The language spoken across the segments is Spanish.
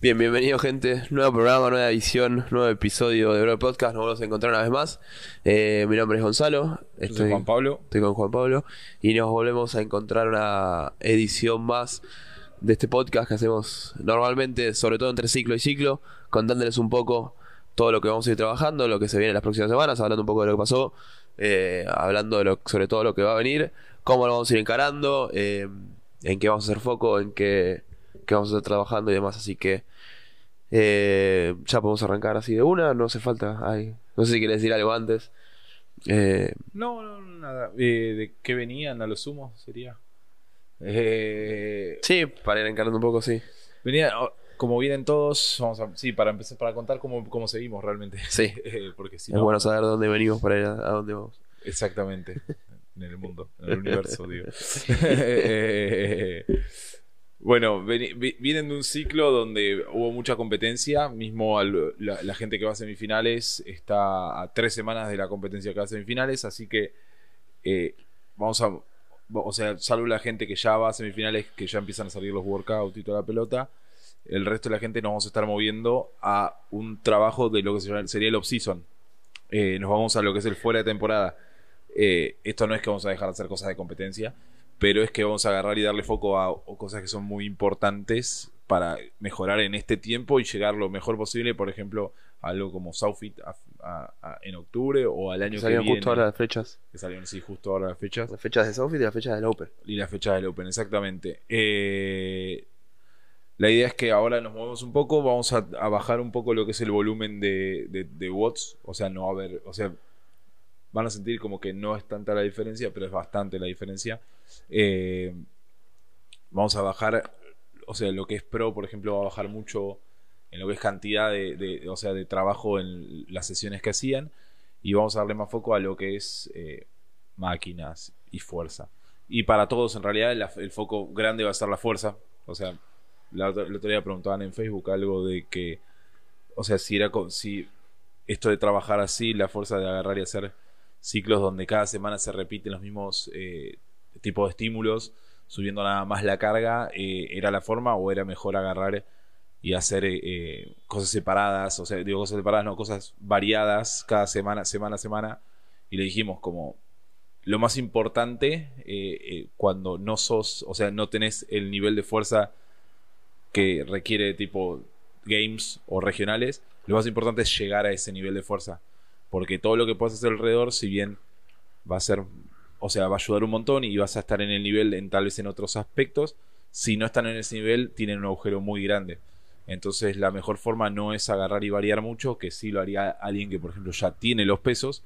Bien, bienvenido gente, nuevo programa, nueva edición, nuevo episodio de Bro Podcast, nos volvemos a encontrar una vez más. Mi nombre es Gonzalo, Yo soy Juan Pablo. estoy con Juan Pablo y nos volvemos a encontrar una edición más de este podcast que hacemos normalmente, sobre todo entre ciclo y ciclo, contándoles un poco todo lo que vamos a ir trabajando, lo que se viene en las próximas semanas, hablando un poco de lo que pasó, hablando sobre todo lo que va a venir, cómo lo vamos a ir encarando, en qué vamos a hacer foco, en qué vamos a estar trabajando y demás, así que ya podemos arrancar así de una, no hace falta. No sé si quieres decir algo antes. Eh, No, nada. ¿De qué venían a lo sumo? Sería. sí, para ir encarando un poco, sí. Venían, como vienen todos, sí, para empezar, para contar cómo seguimos realmente. Sí. Porque si Es no. bueno saber de dónde venimos para ir a dónde vamos. Exactamente. En el mundo, en el universo, digo. Bueno, vienen de un ciclo donde hubo mucha competencia. Mismo la gente que va a semifinales está a 3 semanas de la competencia que va a semifinales. Así que vamos a. O sea, salvo la gente que ya va a semifinales, que ya empiezan a salir los workouts y toda la pelota. El resto de la gente nos vamos a estar moviendo a un trabajo de lo que sería el off-season. Nos vamos a lo que es el fuera de temporada. Esto no es que vamos a dejar de hacer cosas de competencia, pero es que vamos a agarrar y darle foco a cosas que son muy importantes para mejorar en este tiempo y llegar lo mejor posible. Por ejemplo, algo como Southfit en octubre o al año que Salieron viene. justo ahora las fechas. Que salieron, sí, justo ahora las fechas. Las fechas de Southfit y las fechas del Open. Y las fechas del Open, exactamente. La idea es que ahora nos movemos un poco, vamos a bajar un poco lo que es el volumen de watts. O sea, no va a haber. O sea, van a sentir como que no es tanta la diferencia, pero es bastante la diferencia. Vamos a bajar, o sea, lo que es pro, por ejemplo, va a bajar mucho en lo que es cantidad o sea, de trabajo en las sesiones que hacían, y vamos a darle más foco a lo que es máquinas y fuerza. Y para todos, en realidad, el foco grande va a ser la fuerza. O sea, el otro día preguntaban en Facebook algo de que, o sea, si esto de trabajar así, la fuerza de agarrar y hacer ciclos donde cada semana se repiten los mismos tipos de estímulos, subiendo nada más la carga, ¿era la forma o era mejor agarrar y hacer cosas separadas? O sea, digo cosas separadas, no, cosas variadas cada semana, semana a semana. Y le dijimos como lo más importante cuando no sos, o sea, no tenés el nivel de fuerza que requiere tipo games o regionales, lo más importante es llegar a ese nivel de fuerza. Porque todo lo que puedas hacer alrededor, si bien va a ser, o sea, va a ayudar un montón y vas a estar en el nivel tal vez en otros aspectos, si no están en ese nivel, tienen un agujero muy grande. Entonces la mejor forma no es agarrar y variar mucho, que sí lo haría alguien que, por ejemplo, ya tiene los pesos,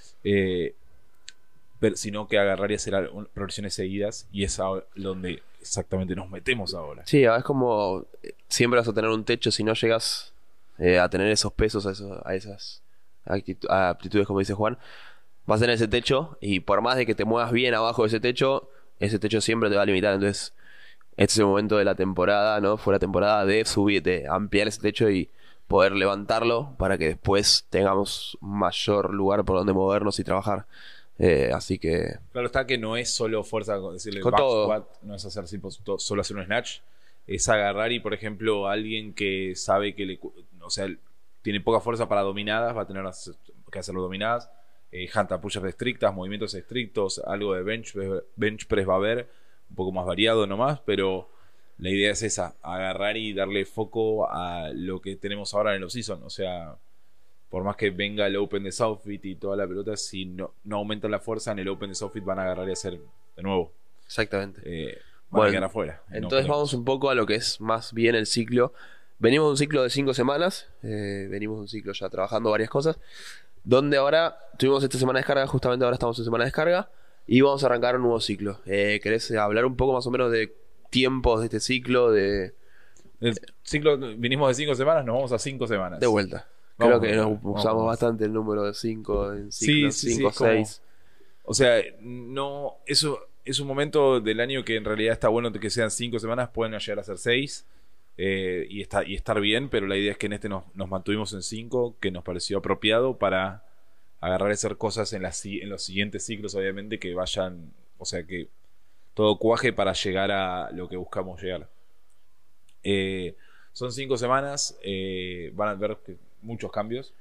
sino que agarrar y hacer progresiones seguidas, y es donde exactamente nos metemos ahora. Sí, es como siempre vas a tener un techo si no llegas a tener esos pesos, a esas aptitudes, como dice Juan. Vas a tener ese techo y por más de que te muevas bien abajo de ese techo siempre te va a limitar. Entonces, este es el momento de la temporada, ¿no? Fue la temporada de subir, de ampliar ese techo y poder levantarlo para que después tengamos mayor lugar por donde movernos y trabajar. Así que... Claro está que no es solo fuerza, decirle Con back todo. squat, no es hacer solo hacer un snatch, es agarrar y, por ejemplo, alguien que sabe que o sea, tiene poca fuerza para dominadas, va a tener que hacerlo dominadas, handstand push-ups estrictas, movimientos estrictos, algo de bench press va a haber, un poco más variado nomás, pero la idea es esa, agarrar y darle foco a lo que tenemos ahora en el off-season. O sea, por más que venga el Open de Southfit y toda la pelota, si no aumentan la fuerza en el Open de Southfit, van a agarrar y hacer de nuevo. Exactamente. Van a quedar afuera. Entonces vamos un poco a lo que es más bien el ciclo. Venimos de un ciclo de 5 semanas, venimos de un ciclo ya trabajando varias cosas, donde ahora tuvimos esta semana de descarga, justamente ahora estamos en semana de descarga, y vamos a arrancar un nuevo ciclo. ¿Querés hablar un poco más o menos de tiempos de este ciclo? El ciclo, vinimos de 5 semanas, nos vamos a 5 semanas. De vuelta. Vamos, Creo que nos usamos vamos. bastante el número de 5 en ciclos, Sí, 5 como- 6. O sea, no, eso es un momento del año que en realidad está bueno que sean 5 semanas, pueden llegar a ser 6 y estar bien, pero la idea es que en este nos mantuvimos en 5, que nos pareció apropiado para agarrar y hacer cosas en los siguientes ciclos, obviamente, que vayan, o sea, que todo cuaje para llegar a lo que buscamos llegar. Son 5 semanas, van a ver muchos cambios.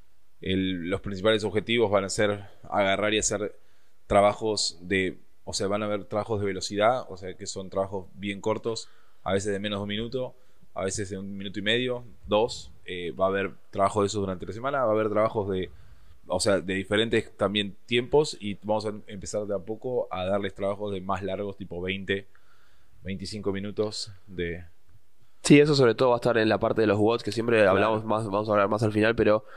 Los principales objetivos van a ser agarrar y hacer trabajos o sea, van a haber trabajos de velocidad, o sea, que son trabajos bien cortos, a veces de menos de un minuto, a veces de 1 minuto y medio, 2. Va a haber trabajo de esos durante la semana, va a haber trabajos o sea, de diferentes también tiempos, y vamos a empezar de a poco a darles trabajos de más largos, tipo 20, 25 minutos de... Sí, eso sobre todo va a estar en la parte de los watts, que siempre Claro. hablamos más, vamos a hablar más al final, pero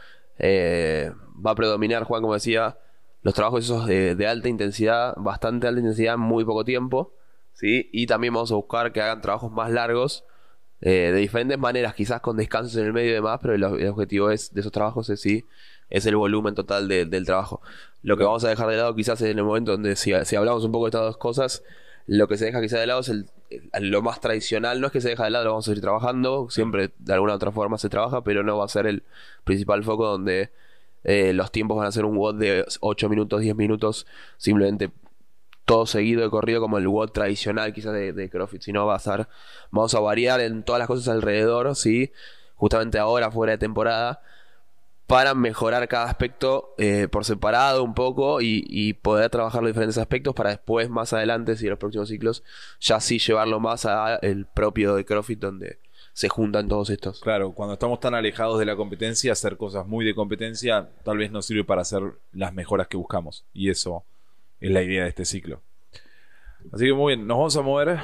va a predominar, Juan, como decía, los trabajos esos de alta intensidad, bastante alta intensidad en muy poco tiempo, ¿sí? Y también vamos a buscar que hagan trabajos más largos, de diferentes maneras, quizás con descansos en el medio y demás, pero el objetivo de esos trabajos es el volumen total del trabajo. Lo que vamos a dejar de lado quizás en el momento donde si hablamos un poco de estas dos cosas, lo que se deja quizás de lado es lo más tradicional. No es que se deja de lado, lo vamos a seguir trabajando, siempre de alguna u otra forma se trabaja, pero no va a ser el principal foco donde los tiempos van a ser un WOD de 8 minutos, 10 minutos, simplemente todo seguido de corrido como el WOD tradicional quizás de CrossFit, sino vamos a variar en todas las cosas alrededor, ¿sí? Justamente ahora fuera de temporada, para mejorar cada aspecto por separado un poco y poder trabajar los diferentes aspectos para después, más adelante, si en los próximos ciclos, ya sí llevarlo más a el propio de CrossFit, donde se juntan todos estos. Claro, cuando estamos tan alejados de la competencia, hacer cosas muy de competencia tal vez nos sirve para hacer las mejoras que buscamos, y eso es la idea de este ciclo. Así que muy bien, nos vamos a mover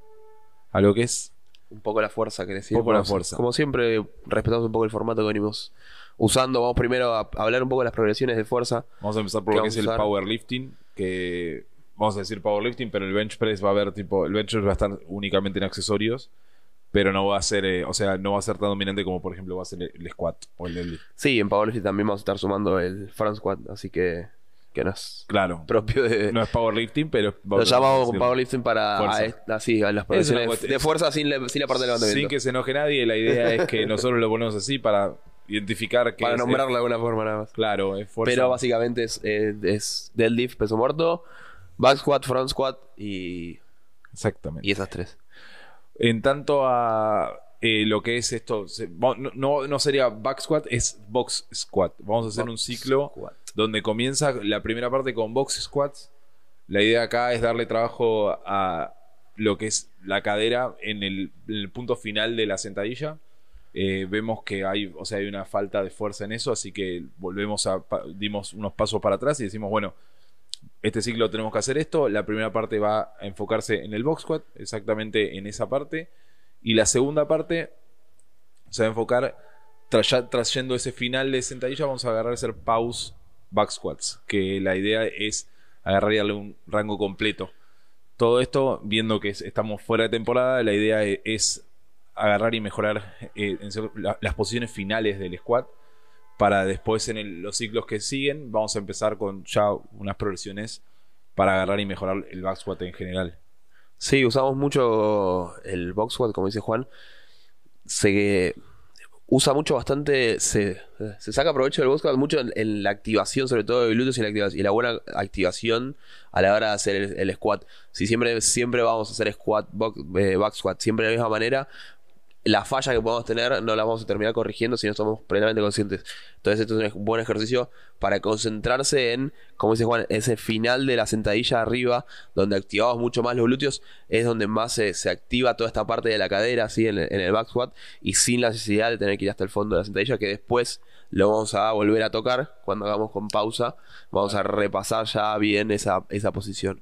a lo que es Un poco la fuerza, que decir. Un poco la fuerza. Como siempre, respetamos un poco el formato que venimos usando. Vamos primero a hablar un poco de las progresiones de fuerza. Vamos a empezar por ¿Qué lo que es el vamos a usar? powerlifting, que vamos a decir powerlifting, pero el bench press va a haber tipo, el bench press va a estar únicamente en accesorios, pero no va a ser, o sea, no va a ser tan dominante como por ejemplo va a ser el squat o el deadlift. Sí, en Powerlifting también vamos a estar sumando el front squat, así que no es Claro, propio de... no es powerlifting, pero Lo llamamos decirlo. Powerlifting para Fuerza. a las progresiones de fuerza sin la parte de Sin levantamiento. que se enoje nadie, la idea es que nosotros lo ponemos así para identificar que Para es- nombrarlo de alguna forma nada más. claro, es fuerza. Pero básicamente es deadlift, peso muerto, back squat, front squat Exactamente. y esas tres. En tanto a lo que es esto, no sería back squat, es box squat. Vamos a hacer un ciclo Squat. donde comienza la primera parte con box squats. La idea acá es darle trabajo a lo que es la cadera en el punto final de la sentadilla. Vemos que hay una falta de fuerza en eso, así que dimos unos pasos para atrás y decimos, bueno, este ciclo tenemos que hacer esto. La primera parte va a enfocarse en el box squat, exactamente en esa parte. Y la segunda parte se va a enfocar trayendo ese final de sentadilla. Vamos a agarrar a hacer pause back squats, que la idea es agarrar y darle un rango completo. Todo esto, viendo que estamos fuera de temporada, la idea es agarrar y mejorar las posiciones finales del squat, para después los ciclos que siguen vamos a empezar con ya unas progresiones para agarrar y mejorar el back squat en general. Sí, usamos mucho el box squat, como dice Juan. Se usa mucho, bastante, se saca provecho del box squat mucho en la activación, sobre todo de glúteos y la buena activación a la hora de hacer el squat. Si siempre vamos a hacer squat, back squat, siempre de la misma manera, la falla que podamos tener no la vamos a terminar corrigiendo si no somos plenamente conscientes. Entonces esto es un buen ejercicio para concentrarse en, como dice Juan, ese final de la sentadilla arriba, donde activamos mucho más los glúteos, es donde más se activa toda esta parte de la cadera, ¿sí? en el back squat, y sin la necesidad de tener que ir hasta el fondo de la sentadilla, que después lo vamos a volver a tocar cuando hagamos con pausa. Vamos a repasar ya bien esa posición.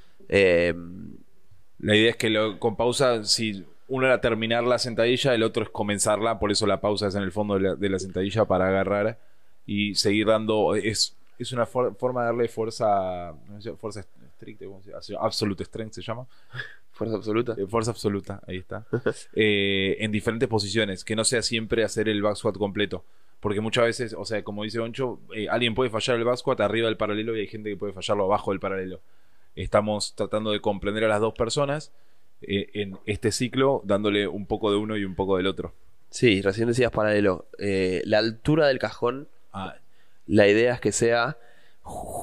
La idea es que con pausa, si uno era terminar la sentadilla, el otro es comenzarla, por eso la pausa es en el fondo de la sentadilla para agarrar y seguir dando. Es una forma de darle fuerza estricta, ¿cómo se llama? Absolute strength se llama. Fuerza absoluta. Fuerza absoluta, ahí está. En diferentes posiciones, que no sea siempre hacer el back squat completo. Porque muchas veces, o sea, como dice Goncho, alguien puede fallar el back squat arriba del paralelo y hay gente que puede fallarlo abajo del paralelo. Estamos tratando de comprender a las dos personas en este ciclo, dándole un poco de uno y un poco del otro. Sí, recién decías paralelo. La altura del cajón, la idea es que sea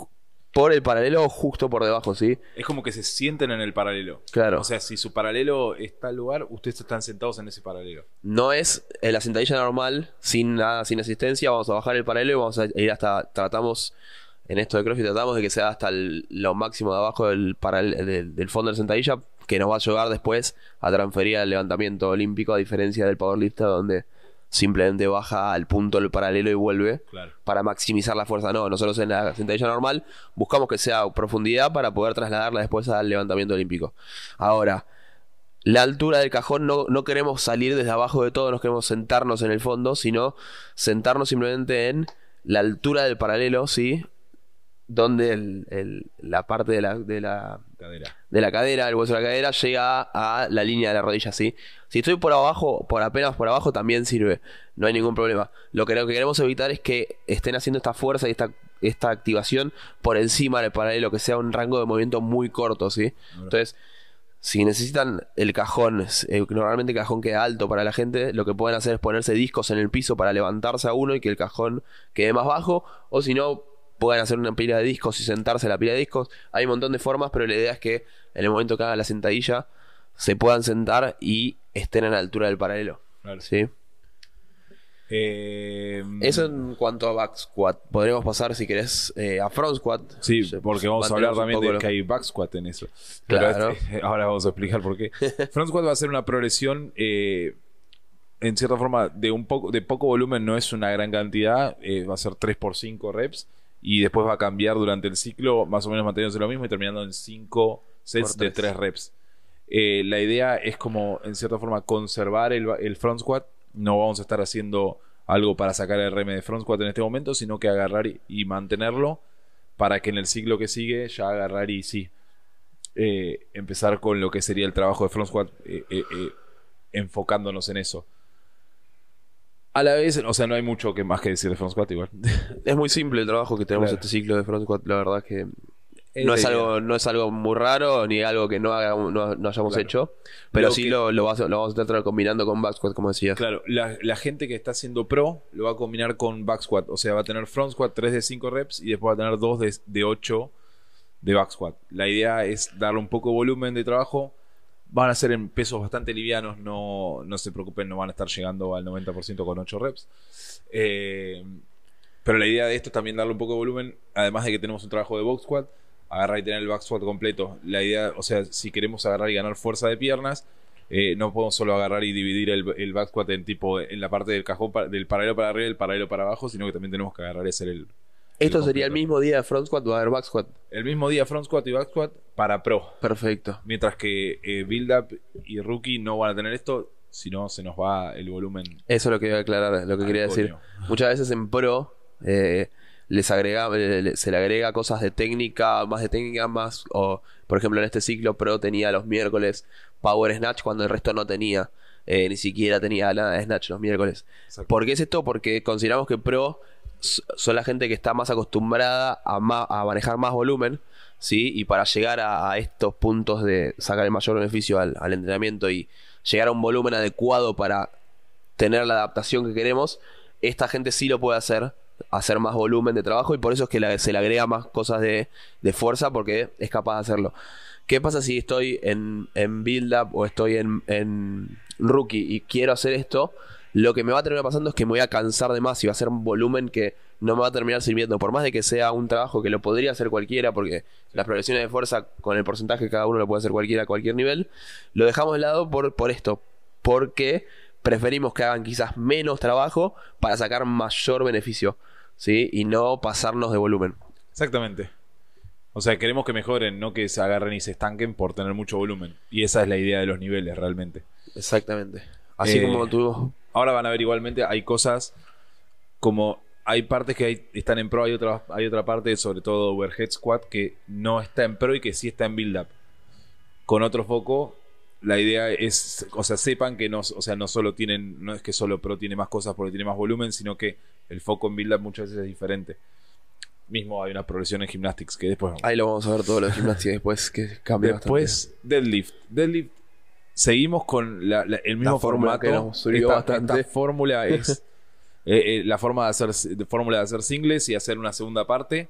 por el paralelo o justo por debajo, ¿sí? Es como que se sienten en el paralelo. Claro. O sea, si su paralelo está al lugar, ustedes están sentados en ese paralelo. No es la sentadilla normal, sin nada, sin asistencia. Vamos a bajar el paralelo y vamos a ir hasta... Tratamos, en esto de CrossFit, tratamos de que sea hasta lo máximo de abajo del fondo de la sentadilla, que nos va a ayudar después a transferir al levantamiento olímpico, a diferencia del powerlifter, donde simplemente baja al punto del paralelo y vuelve, Claro. para maximizar la fuerza. No, nosotros en la sentadilla normal buscamos que sea profundidad para poder trasladarla después al levantamiento olímpico. Ahora, la altura del cajón, no queremos salir desde abajo de todo, no queremos sentarnos en el fondo, sino sentarnos simplemente en la altura del paralelo, ¿sí? Donde la parte de la cadera, el hueso de la cadera, llega a la línea de la rodilla, ¿sí? Si estoy por abajo, apenas por abajo, también sirve. No hay ningún problema. Lo que queremos evitar es que estén haciendo esta fuerza y esta activación por encima del paralelo, que sea un rango de movimiento muy corto, ¿sí? Entonces, si necesitan el cajón, normalmente el cajón queda alto para la gente, lo que pueden hacer es ponerse discos en el piso para levantarse a uno y que el cajón quede más bajo, o si no, pueden hacer una pila de discos y sentarse en la pila de discos. Hay un montón de formas, pero la idea es que en el momento que hagan la sentadilla se puedan sentar y estén a la altura del paralelo. Claro. ¿Sí? Eso en cuanto a back squat. Podríamos pasar, si querés, a front squat. Sí, porque vamos a hablar también de que hay back squat en eso. Pero Claro. ahora vamos a explicar por qué. Front squat va a ser una progresión, en cierta forma, de poco volumen, no es una gran cantidad. Va a ser 3x5 reps. Y después va a cambiar durante el ciclo, más o menos manteniéndose lo mismo y terminando en 5 sets de 3 reps. La idea es como, en cierta forma, conservar el front squat. No vamos a estar haciendo algo para sacar el RM de front squat en este momento, sino que agarrar y mantenerlo para que en el ciclo que sigue ya agarrar y sí, empezar con lo que sería el trabajo de front squat, enfocándonos en eso. A la vez, o sea, no hay mucho más que decir de front squat igual. Es muy simple el trabajo que tenemos Claro. este ciclo de front squat. La verdad que no es algo muy raro ni algo que no hayamos Claro. hecho, pero Lo sí que- lo vamos a tratar combinando con back squat, como decías. Claro, la gente que está haciendo pro lo va a combinar con back squat. O sea, va a tener front squat 3 de 5 reps y después va a tener 2 de 8 de back squat. La idea es darle un poco de volumen de trabajo. Van a ser en pesos bastante livianos, no se preocupen, no van a estar llegando al 90% con 8 reps. Pero la idea de esto es también darle un poco de volumen, además de que tenemos un trabajo de box squat, agarrar y tener el back squat completo. La idea, o sea, si queremos agarrar y ganar fuerza de piernas, no podemos solo agarrar y dividir el back squat en la parte del cajón, del paralelo para arriba y el paralelo para abajo, sino que también tenemos que agarrar y hacer ¿Esto sería el completo. mismo día de front squat o va a haber back squat? El mismo día front squat y back squat para pro. Perfecto. Mientras que build up y rookie no van a tener esto, si no se nos va el volumen. Eso es lo que iba a aclarar, lo que Al quería decir. coño. Muchas veces en pro se le agrega cosas de técnica, más, o por ejemplo en este ciclo pro tenía los miércoles power snatch cuando el resto no tenía, ni siquiera tenía nada de snatch los miércoles. Exacto. ¿Por qué es esto? Porque consideramos que pro son la gente que está más acostumbrada a manejar más volumen, ¿sí? Y para llegar a estos puntos de sacar el mayor beneficio al entrenamiento y llegar a un volumen adecuado para tener la adaptación que queremos, esta gente sí lo puede hacer más volumen de trabajo, y por eso es que se le agrega más cosas de fuerza, porque es capaz de hacerlo. ¿Qué pasa si estoy en build up o estoy en rookie y quiero hacer esto? Lo que me va a terminar pasando es que me voy a cansar de más y va a ser un volumen que no me va a terminar sirviendo, por más de que sea un trabajo que lo podría hacer cualquiera, porque las progresiones de fuerza con el porcentaje cada uno lo puede hacer cualquiera a cualquier nivel. Lo dejamos de lado por esto, porque preferimos que hagan quizás menos trabajo para sacar mayor beneficio, ¿sí? Y no pasarnos de volumen. Exactamente. O sea, queremos que mejoren, no que se agarren y se estanquen por tener mucho volumen. Y esa es la idea de los niveles realmente. Exactamente. Así como tuvimos... Ahora van a ver igualmente, hay cosas como... Hay partes que están en pro, hay otra parte, sobre todo overhead squat, que no está en pro y que sí está en build up. Con otro foco, la idea es, o sea, sepan que no solo tienen, no es que solo pro tiene más cosas porque tiene más volumen, sino que el foco en build up muchas veces es diferente. Mismo hay una progresión en gymnastics que después... Ahí lo vamos a ver todo lo de gimnasia después, que cambia Después, deadlift. Deadlift, seguimos con el mismo fórmula formato. que nos subió bastante. Esta fórmula es la fórmula de hacer singles y hacer una segunda parte.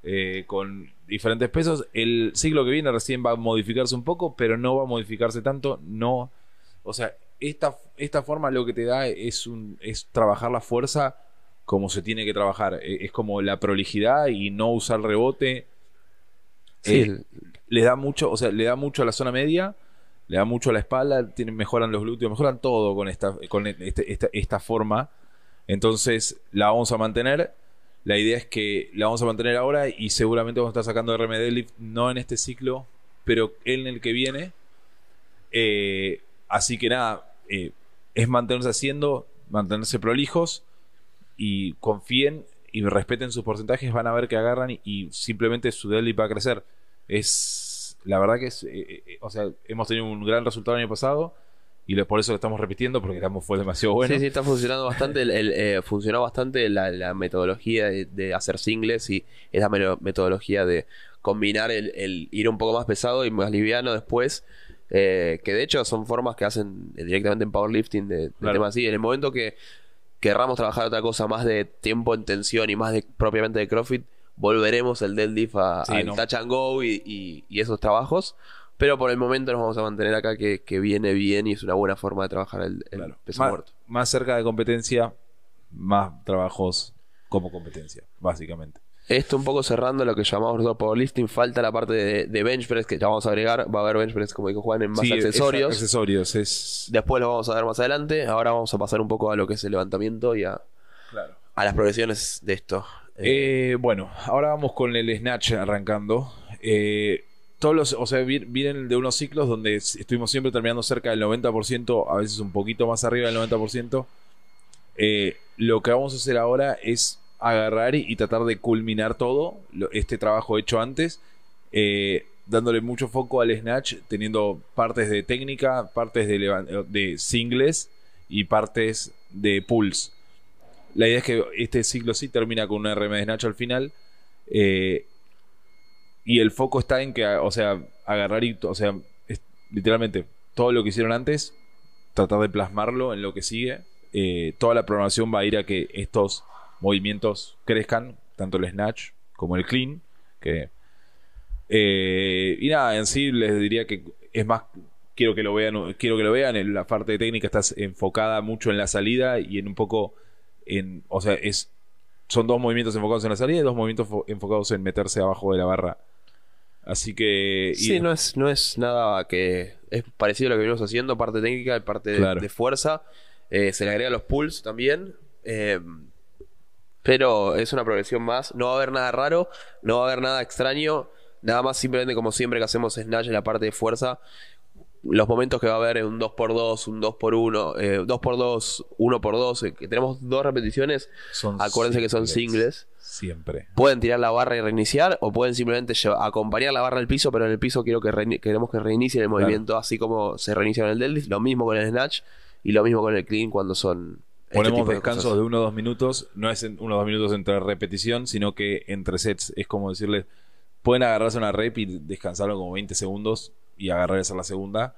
con diferentes pesos. El ciclo que viene recién va a modificarse un poco, pero no va a modificarse tanto. No, o sea, esta forma lo que te da es trabajar la fuerza como se tiene que trabajar. Es como la prolijidad y no usar rebote. Sí, Le da mucho, o sea, le da mucho a la zona media, le da mucho a la espalda, mejoran los glúteos, mejoran todo con esta forma. Entonces la vamos a mantener. La idea es que la vamos a mantener ahora y seguramente vamos a estar sacando RM Deadlift, no en este ciclo, pero en el que viene. Así que nada, es mantenerse prolijos y confíen y respeten sus porcentajes, van a ver que agarran y simplemente su deadlift va a crecer. La verdad que o sea, hemos tenido un gran resultado el año pasado y por eso lo estamos repitiendo porque fue demasiado bueno. Sí, está funcionando bastante. Funcionó bastante la metodología de hacer singles y esa metodología de combinar el ir un poco más pesado y más liviano después. Que de hecho son formas que hacen directamente en powerlifting de temas así. En el momento que querramos trabajar otra cosa más de tiempo en tensión y más propiamente de CrossFit, volveremos el deadlift al touch and go y esos trabajos. Pero por el momento nos vamos a mantener acá que viene bien y es una buena forma de trabajar el peso muerto. Más cerca de competencia, más trabajos como competencia, básicamente. Esto un poco cerrando lo que llamamos powerlifting, falta la parte de bench press que ya vamos a agregar. Va a haber bench press, como dijo Juan, en más accesorios. Después lo vamos a ver más adelante. Ahora vamos a pasar un poco a lo que es el levantamiento y a las progresiones de esto. Bueno, ahora vamos con el snatch arrancando. O sea, vienen de unos ciclos donde estuvimos siempre terminando cerca del 90%, a veces un poquito más arriba del 90%. Lo que vamos a hacer ahora es agarrar y tratar de culminar todo este trabajo hecho antes, dándole mucho foco al snatch, teniendo partes de técnica, partes de singles y partes de pulls. La idea es que este ciclo sí termina con una RM de snatch al final, y el foco está en que, o sea, agarrar literalmente todo lo que hicieron antes, tratar de plasmarlo en lo que sigue. Toda la programación va a ir a que estos movimientos crezcan, tanto el snatch como el clean, y nada, en sí les diría que es más, quiero que lo vean, en la parte de técnica está enfocada mucho en la salida y en un poco o sea, son dos movimientos enfocados en la salida y dos movimientos enfocados en meterse abajo de la barra. Así que sí, no es nada que es parecido a lo que venimos haciendo, parte técnica y parte de fuerza. Se le agrega los pulls también. Pero es una progresión más. No va a haber nada raro, no va a haber nada extraño. Nada más simplemente como siempre que hacemos snatch en la parte de fuerza. Los momentos que va a haber en un 2x2, un 2x1, 2x2, 1x2, que tenemos dos repeticiones, acuérdense que son singles. Siempre. Pueden tirar la barra y reiniciar, o pueden simplemente acompañar la barra al piso, pero en el piso queremos que reinicien el movimiento, así como se reinicia con el deadlift. Lo mismo con el snatch y lo mismo con el clean cuando son... Ponemos descansos de 1 o 2 minutos. No es 1 o 2 minutos entre repetición, sino que entre sets. Es como decirles, pueden agarrarse una rep y descansarlo como 20 segundos y agarrar esa la segunda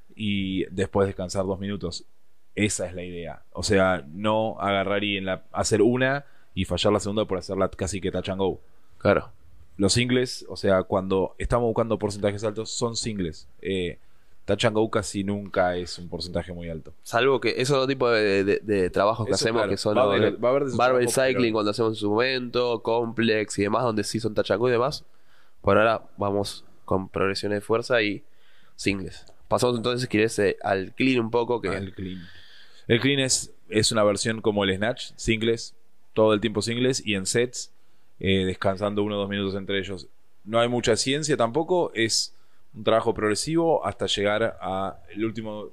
y después descansar 2 minutos. Esa es la idea. O sea, no agarrar y hacer una y fallar la segunda por hacerla casi que touch and go. Claro. Los singles, o sea, cuando estamos buscando porcentajes altos, son singles. Touch and go casi nunca es un porcentaje muy alto. Salvo que esos dos tipos de trabajos que hacemos, claro, que son barbell cycling cuando hacemos en su momento, complex y demás, donde sí son touch and go y demás. Por ahora vamos con progresiones de fuerza y singles. Pasamos entonces, si quieres, al clean un poco. El clean es una versión como el snatch, singles, todo el tiempo singles y en sets, descansando 1 o 2 minutos entre ellos. No hay mucha ciencia tampoco, es un trabajo progresivo hasta llegar a el último,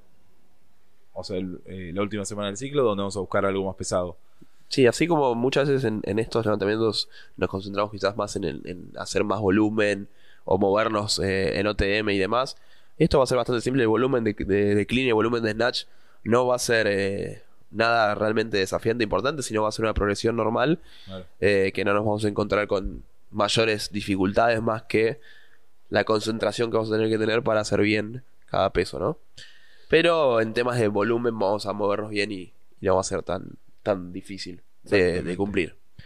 o sea, la última semana del ciclo, donde vamos a buscar algo más pesado. Sí, así como muchas veces en estos levantamientos nos concentramos quizás más en hacer más volumen o movernos en OTM y demás. Esto va a ser bastante simple. El volumen de clean y el volumen de snatch no va a ser nada realmente desafiante importante, sino va a ser una progresión normal, claro. Que no nos vamos a encontrar con mayores dificultades más que la concentración que vamos a tener para hacer bien cada peso, ¿no? Pero en temas de volumen vamos a movernos bien y no va a ser tan difícil de cumplir.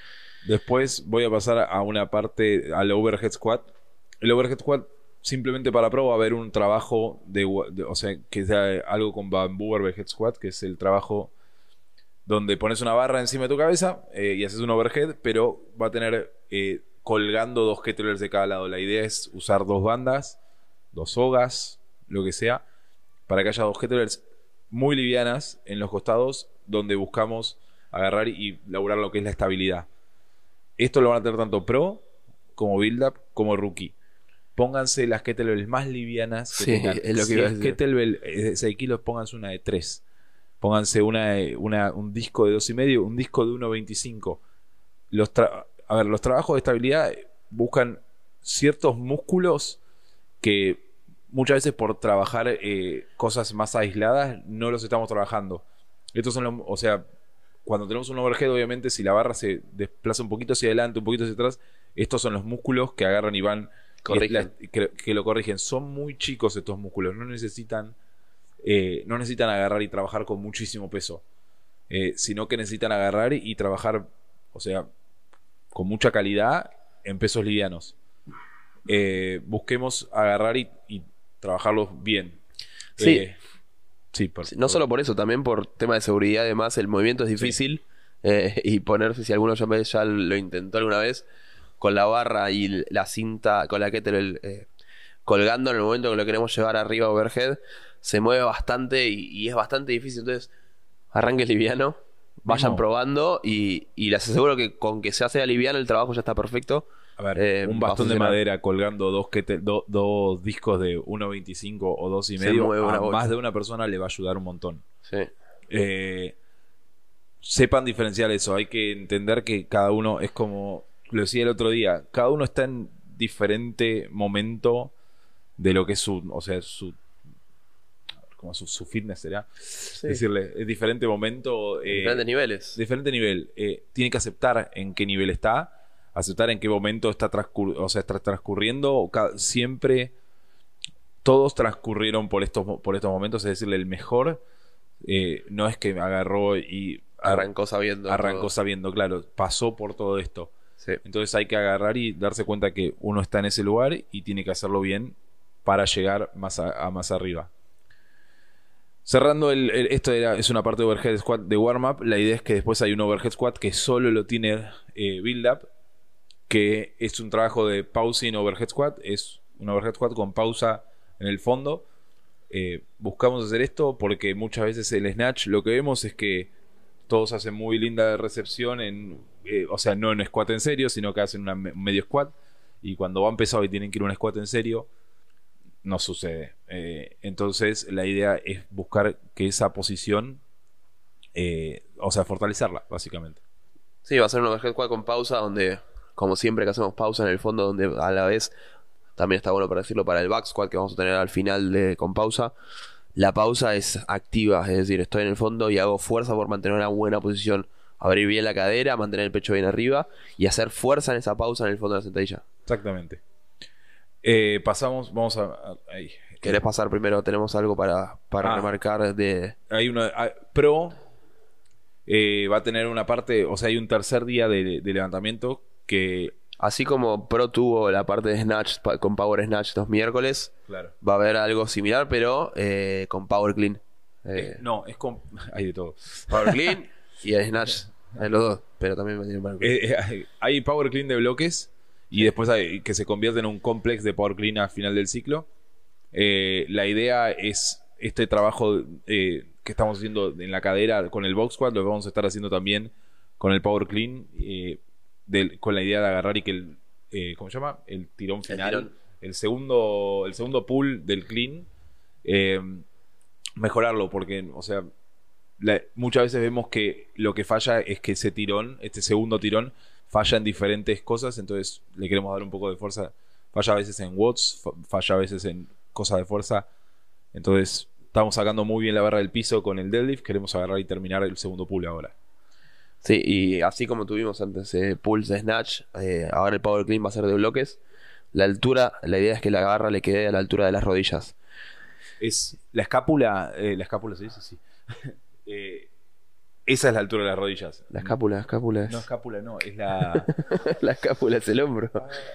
Después voy a pasar a una parte, al overhead squat. El overhead squat, simplemente para pro, va a haber un trabajo o sea, que sea algo con bambú overhead squat, que es el trabajo donde pones una barra encima de tu cabeza y haces un overhead, pero va a tener colgando 2 kettlebells de cada lado. La idea es usar 2 bandas, 2 sogas, lo que sea, para que haya 2 kettlebells muy livianas en los costados, donde buscamos agarrar y laburar lo que es la estabilidad. Esto lo van a tener tanto pro como build-up como rookie. Pónganse las kettlebells más livianas que tengan. Es lo que si iba a es decir. kettlebell de 6 kilos, pónganse una de 3. Pónganse un disco de 2,5, un disco de 1,25. A ver, los trabajos de estabilidad buscan ciertos músculos que muchas veces por trabajar cosas más aisladas no los estamos trabajando. Estos son o sea, cuando tenemos un overhead, obviamente, si la barra se desplaza un poquito hacia adelante, un poquito hacia atrás, estos son los músculos que agarran y van que lo corrigen. Son muy chicos estos músculos, no necesitan agarrar y trabajar con muchísimo peso, sino que necesitan agarrar y trabajar, o sea, con mucha calidad en pesos livianos. Busquemos agarrar y trabajarlos bien. Sí. Sí, No solo por eso, también por tema de seguridad. Además, el movimiento es difícil. Y ponerse, si alguno ya lo intentó alguna vez, con la barra y la cinta, con la kettlebell colgando en el momento que lo queremos llevar arriba overhead, se mueve bastante y es bastante difícil. Entonces, arranques liviano, vayan probando y les aseguro que con que sea liviano el trabajo ya está perfecto. A ver, un bastón de madera colgando 2 discos de 1,25 o 2,5 a más de una persona le va a ayudar un montón. Sí. Sepan diferenciar eso. Hay que entender que cada uno es como lo decía el otro día, cada uno está en diferente momento de lo que es o sea, su fitness será. Sí. Decirle, es diferente momento. Diferentes niveles. Diferente nivel. Tiene que aceptar en qué nivel está, aceptar en qué momento está transcurriendo. Siempre todos transcurrieron por estos momentos, es decirle, el mejor no es que agarró y arrancó sabiendo, claro, pasó por todo esto. Sí. Entonces hay que agarrar y darse cuenta que uno está en ese lugar y tiene que hacerlo bien para llegar más arriba. Cerrando esto es una parte de overhead squat de warm-up. La idea es que después hay un overhead squat que solo lo tiene build-up, que es un trabajo de pausing overhead squat. Es un overhead squat con pausa en el fondo. Buscamos hacer esto porque muchas veces el snatch lo que vemos es que todos hacen muy linda recepción o sea, no en squat en serio, sino que hacen un medio squat, y cuando van pesados y tienen que ir a un squat en serio no sucede. Entonces la idea es buscar que esa posición o sea, fortalecerla básicamente. Sí, va a ser un overhead squat con pausa, donde como siempre que hacemos pausa en el fondo, donde a la vez también está bueno para decirlo para el back squat que vamos a tener al final con pausa. La pausa es activa, es decir, estoy en el fondo y hago fuerza por mantener una buena posición, abrir bien la cadera, mantener el pecho bien arriba y hacer fuerza en esa pausa en el fondo de la sentadilla. Exactamente. Vamos ahí. ¿Querés pasar primero? Tenemos algo para remarcar de... Hay una pro va a tener una parte, o sea, hay un tercer día de levantamiento que... Así como Pro tuvo la parte de Snatch con Power Snatch los miércoles, claro, va a haber algo similar, pero con Power Clean. No, es con... hay de todo. Power Clean y el Snatch, los dos, pero también me Power Clean. Hay Power Clean de bloques y después hay que se convierte en un complex de Power Clean al final del ciclo. La idea es este trabajo que estamos haciendo en la cadera con el box squat, lo vamos a estar haciendo también con el Power Clean, con la idea de agarrar y que ¿cómo se llama? El tirón final, el segundo pull del clean, mejorarlo, porque, o sea, muchas veces vemos que lo que falla es que ese tirón, este segundo tirón, falla en diferentes cosas, entonces le queremos dar un poco de fuerza. Falla a veces en watts, falla a veces en cosas de fuerza, entonces estamos sacando muy bien la barra del piso con el deadlift, queremos agarrar y terminar el segundo pull ahora. Sí, y así como tuvimos antes pulls de snatch, ahora el Power Clean va a ser de bloques. La altura, la idea es que la barra le quede a la altura de las rodillas. Es la escápula se dice, sí. esa es la altura de las rodillas. La escápula es... No, escápula no, es la... La escápula es el hombro.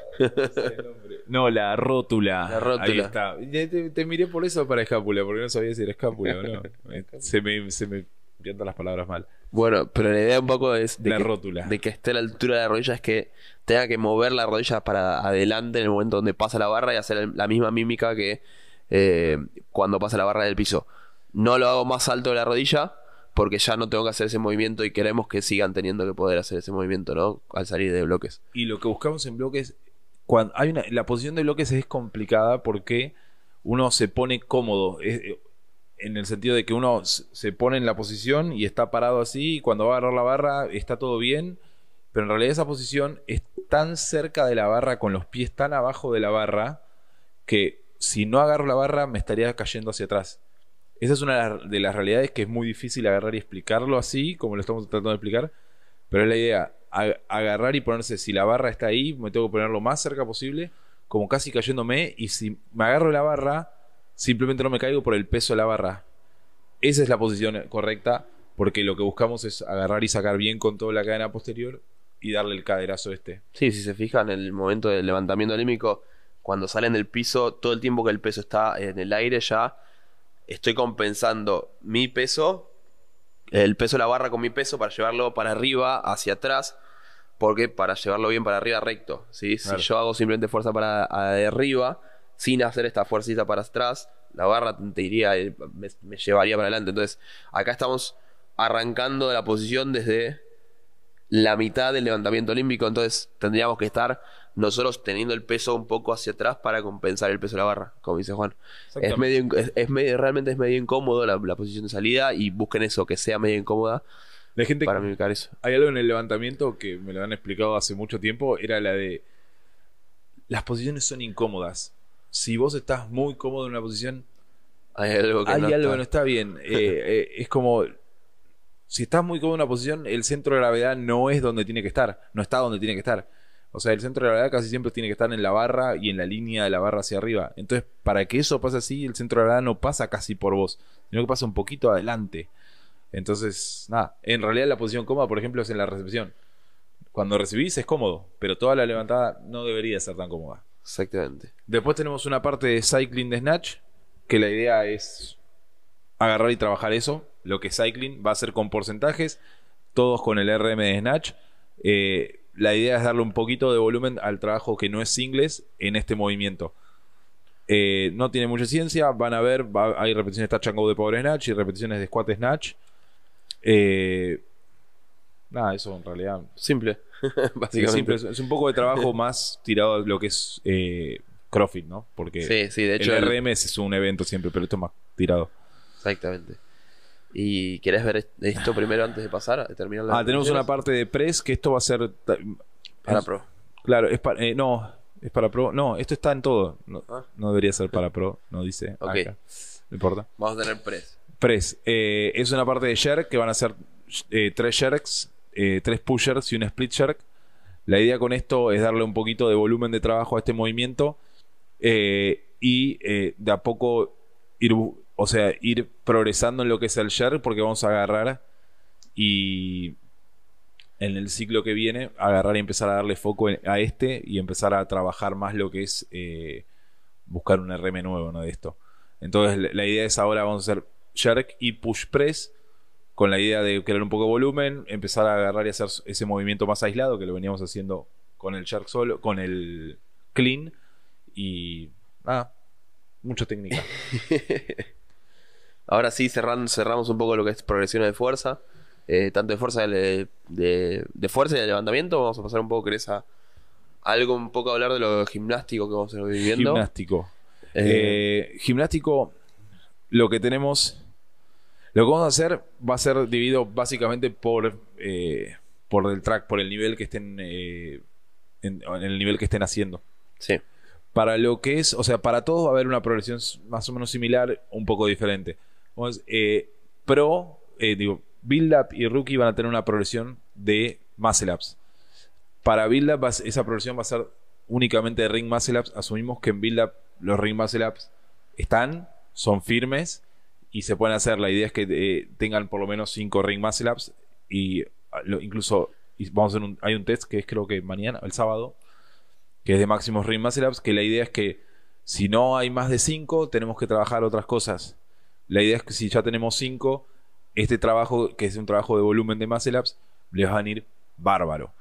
No, la rótula. La rótula. Ahí está. Te miré por eso para escápula, porque no sabía si era escápula o no. Se me pierden las palabras mal. Bueno, pero la idea un poco es La rótula. de que esté a la altura de la rodilla, es que tenga que mover la rodilla para adelante en el momento donde pasa la barra y hacer la misma mímica que cuando pasa la barra del piso. No lo hago más alto de la rodilla porque ya no tengo que hacer ese movimiento y queremos que sigan teniendo que poder hacer ese movimiento, ¿no? Al salir de bloques. Y lo que buscamos en bloques, cuando la posición de bloques es complicada porque uno se pone cómodo, en el sentido de que uno se pone en la posición y está parado así, y cuando va a agarrar la barra está todo bien, pero en realidad esa posición es tan cerca de la barra, con los pies tan abajo de la barra, que si no agarro la barra me estaría cayendo hacia atrás. Esa es una de las realidades que es muy difícil agarrar y explicarlo así, como lo estamos tratando de explicar. Pero es la idea, agarrar y ponerse, si la barra está ahí, me tengo que poner lo más cerca posible, como casi cayéndome, y si me agarro la barra, simplemente no me caigo por el peso de la barra. Esa es la posición correcta, porque lo que buscamos es agarrar y sacar bien con toda la cadena posterior y darle el caderazo Sí, si se fijan, en el momento del levantamiento olímpico, cuando salen del piso, todo el tiempo que el peso está en el aire ya... Estoy compensando mi peso, el peso de la barra con mi peso para llevarlo para arriba, hacia atrás, porque para llevarlo bien para arriba recto, ¿sí? Claro. Si yo hago simplemente fuerza para arriba, sin hacer esta fuercita para atrás, la barra te iría, me llevaría para adelante. Entonces, acá estamos arrancando de la posición desde la mitad del levantamiento olímpico, entonces tendríamos que estar nosotros teniendo el peso un poco hacia atrás para compensar el peso de la barra, como dice Juan. Realmente es medio incómodo la posición de salida, y busquen eso, que sea medio incómoda la gente para mimicar eso. Hay algo en el levantamiento que me lo han explicado hace mucho tiempo, era la de las posiciones son incómodas. Si vos estás muy cómodo en una posición, hay algo que no está bien. Es como... Si estás muy cómodo en una posición, el centro de gravedad no es donde tiene que estar. No está donde tiene que estar. O sea, el centro de gravedad casi siempre tiene que estar en la barra y en la línea de la barra hacia arriba. Entonces, para que eso pase así, el centro de gravedad no pasa casi por vos, sino que pasa un poquito adelante. Entonces, nada. En realidad la posición cómoda, por ejemplo, es en la recepción. Cuando recibís es cómodo, pero toda la levantada no debería ser tan cómoda. Exactamente. Después tenemos una parte de cycling de snatch, que la idea es agarrar y trabajar eso. Lo que es cycling va a ser con porcentajes, todos con el RM de snatch. La idea es darle un poquito de volumen al trabajo que no es singles en este movimiento. No tiene mucha ciencia, van a ver, hay repeticiones de touch and go de power snatch y repeticiones de squat snatch. Nada, eso en realidad simple. Básicamente simple, es un poco de trabajo más tirado a lo que es CrossFit, ¿no? Porque sí, de hecho el RM es un evento siempre, pero esto es más tirado. Exactamente. ¿Y querés ver esto primero antes de pasar a terminar la tenemos una parte de press, que esto va a ser para pro. Claro, no, es para pro. No, esto está en todo. No debería ser para pro, no dice okay. Acá. No importa. Vamos a tener press. Press. Es una parte de jerk que van a ser 3 jerks, 3 pushers y un split jerk. La idea con esto es darle un poquito de volumen de trabajo a este movimiento y de a poco ir progresando en lo que es el jerk, porque vamos a agarrar y en el ciclo que viene agarrar y empezar a darle foco a este y empezar a trabajar más lo que es buscar un RM nuevo, ¿no? De esto. Entonces la idea es ahora vamos a hacer jerk y push press con la idea de crear un poco de volumen, empezar a agarrar y hacer ese movimiento más aislado que lo veníamos haciendo con el jerk solo, con el clean y mucha técnica. Ahora sí cerramos un poco lo que es progresiones de fuerza, tanto de fuerza de fuerza y de levantamiento. Vamos a pasar un poco, ¿querés algo un poco hablar de lo gimnástico que vamos a ir viviendo? Gimnástico, lo que vamos a hacer va a ser dividido básicamente por el track, por el nivel que estén en el nivel que estén haciendo. Sí. Para lo que es, o sea, para todos va a haber una progresión más o menos similar, un poco diferente. Build Up y Rookie van a tener una progresión de Muscle Ups. Para Build Up esa progresión va a ser únicamente de Ring Muscle Ups. Asumimos que en Build Up los Ring Muscle Ups son firmes y se pueden hacer. La idea es que tengan por lo menos 5 ring muscle ups y incluso vamos a hacer hay un test que es creo que mañana, el sábado, que es de máximos ring muscle ups, que la idea es que si no hay más de 5 tenemos que trabajar otras cosas. La idea es que si ya tenemos 5, este trabajo, que es un trabajo de volumen de muscle ups, les va a venir bárbaro.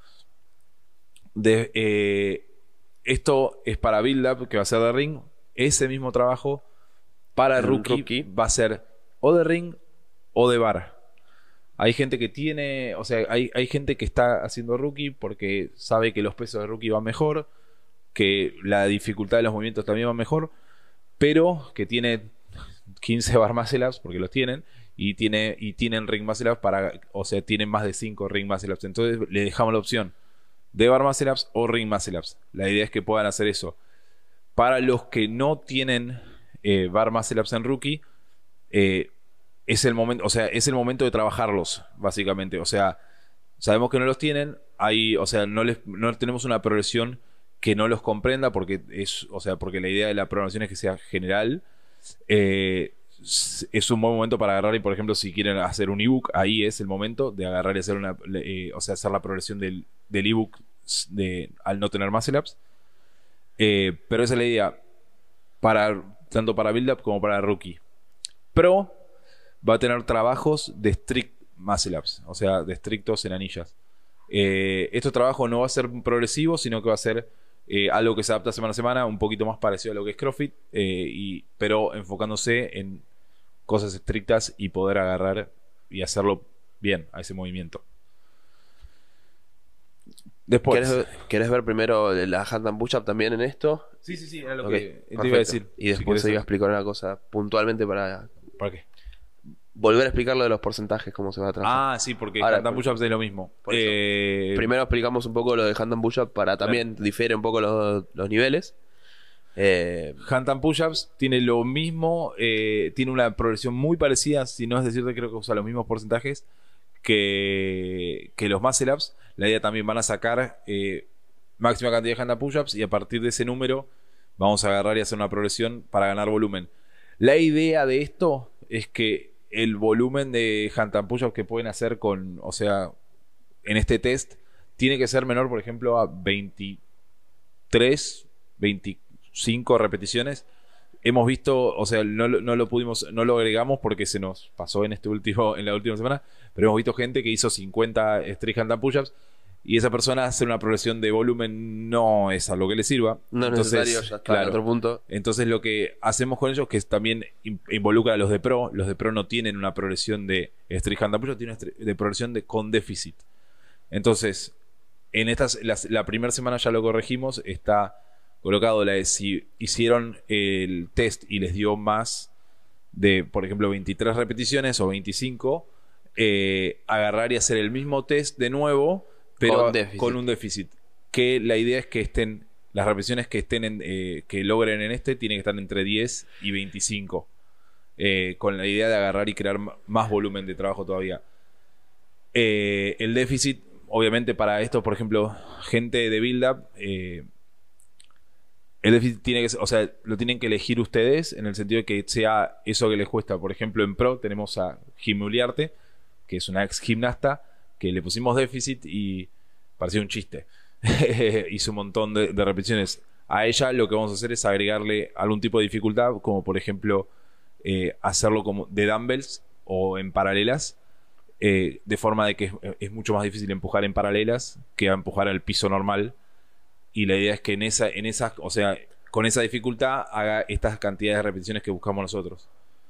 Esto es para build up, que va a ser de ring. Ese mismo trabajo para rookie va a ser o de ring o de bar. Hay gente que tiene, o sea, hay gente que está haciendo rookie porque sabe que los pesos de rookie van mejor, que la dificultad de los movimientos también va mejor, pero que tiene 15 bar muscle ups, porque los tienen, y tienen ring muscle ups o sea, tienen más de 5 ring muscle ups. Entonces le dejamos la opción de bar muscle ups o ring muscle ups. La idea es que puedan hacer eso. Para los que no tienen bar muscle ups en rookie, es el momento, o sea, es el momento de trabajarlos, básicamente. O sea, sabemos que no los tienen, o sea, no tenemos una progresión que no los comprenda, porque porque la idea de la programación es que sea general. Es un buen momento para agarrar y, por ejemplo, si quieren hacer un ebook, ahí es el momento de agarrar y hacer hacer la progresión del ebook al no tener muscle ups. Pero esa es la idea tanto para build up como para rookie. Pro va a tener trabajos de strict muscle ups, o sea, de estrictos en anillas. Estos trabajos no va a ser progresivo, sino que va a ser algo que se adapta semana a semana, un poquito más parecido a lo que es CrossFit, pero enfocándose en cosas estrictas y poder agarrar y hacerlo bien a ese movimiento. Después, ¿Querés ver primero la handstand push-up también en esto? Sí, era lo Okay, que te iba a decir. Y después te iba a explicar una cosa puntualmente ¿Para qué? volver a explicar lo de los porcentajes, cómo se va a trabajar. Sí, porque Ahora, handstand push-ups es lo mismo. Primero explicamos un poco lo de handstand push-up para también difiere un poco los niveles. Handstand push-ups tiene lo mismo, tiene una progresión muy parecida, si no es decirte, creo que usa los mismos porcentajes que los muscle ups. La idea también van a sacar máxima cantidad de handstand push-ups y a partir de ese número vamos a agarrar y hacer una progresión para ganar volumen. La idea de esto es que el volumen de handstand push-ups que pueden hacer en este test tiene que ser menor, por ejemplo, a 23, 25 repeticiones. Hemos visto, o sea, no lo agregamos porque se nos pasó en la última semana, pero hemos visto gente que hizo 50 strict handstand push-ups y esa persona hacer una progresión de volumen no es a lo que le sirva. No es necesario, ya está en otro punto. Entonces lo que hacemos con ellos, que también involucra a los de pro no tienen una progresión de strict handstand push-up, tienen de progresión con déficit. Entonces, la primera semana ya lo corregimos, está colocado la de si hicieron el test y les dio más de, por ejemplo, 23 repeticiones o 25, agarrar y hacer el mismo test de nuevo, pero con un déficit. Que la idea es que las repeticiones que que logren en tienen que estar entre 10 y 25, con la idea de agarrar y crear más volumen de trabajo todavía. El déficit, obviamente, para esto, por ejemplo, gente de build up, el déficit tiene que, lo tienen que elegir ustedes, en el sentido de que sea eso que les cuesta. Por ejemplo, en pro tenemos a Jimmy Uliarte, que es una ex gimnasta, que le pusimos déficit y parecía un chiste. Hizo un montón de repeticiones. A ella lo que vamos a hacer es agregarle algún tipo de dificultad, como por ejemplo hacerlo como de dumbbells o en paralelas, de forma de que es mucho más difícil empujar en paralelas que empujar al piso normal. Y la idea es que con esa dificultad haga estas cantidades de repeticiones que buscamos nosotros.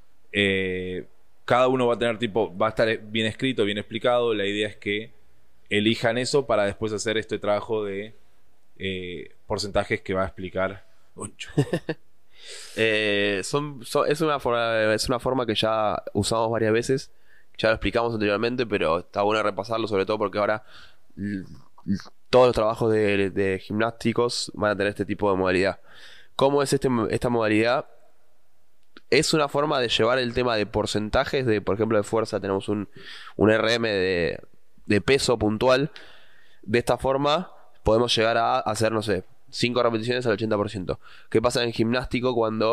Cada uno va a tener va a estar bien escrito, bien explicado. La idea es que elijan eso para después hacer este trabajo de porcentajes que va a explicar Goncho. Es una forma que ya usamos varias veces, ya lo explicamos anteriormente, pero está bueno repasarlo, sobre todo porque ahora todos los trabajos de gimnásticos van a tener este tipo de modalidad. ¿Cómo es esta modalidad? Es una forma de llevar el tema de porcentajes, por ejemplo, de fuerza. Tenemos un RM de peso puntual. De esta forma podemos llegar a hacer, no sé, 5 repeticiones al 80%. ¿Qué pasa en gimnástico cuando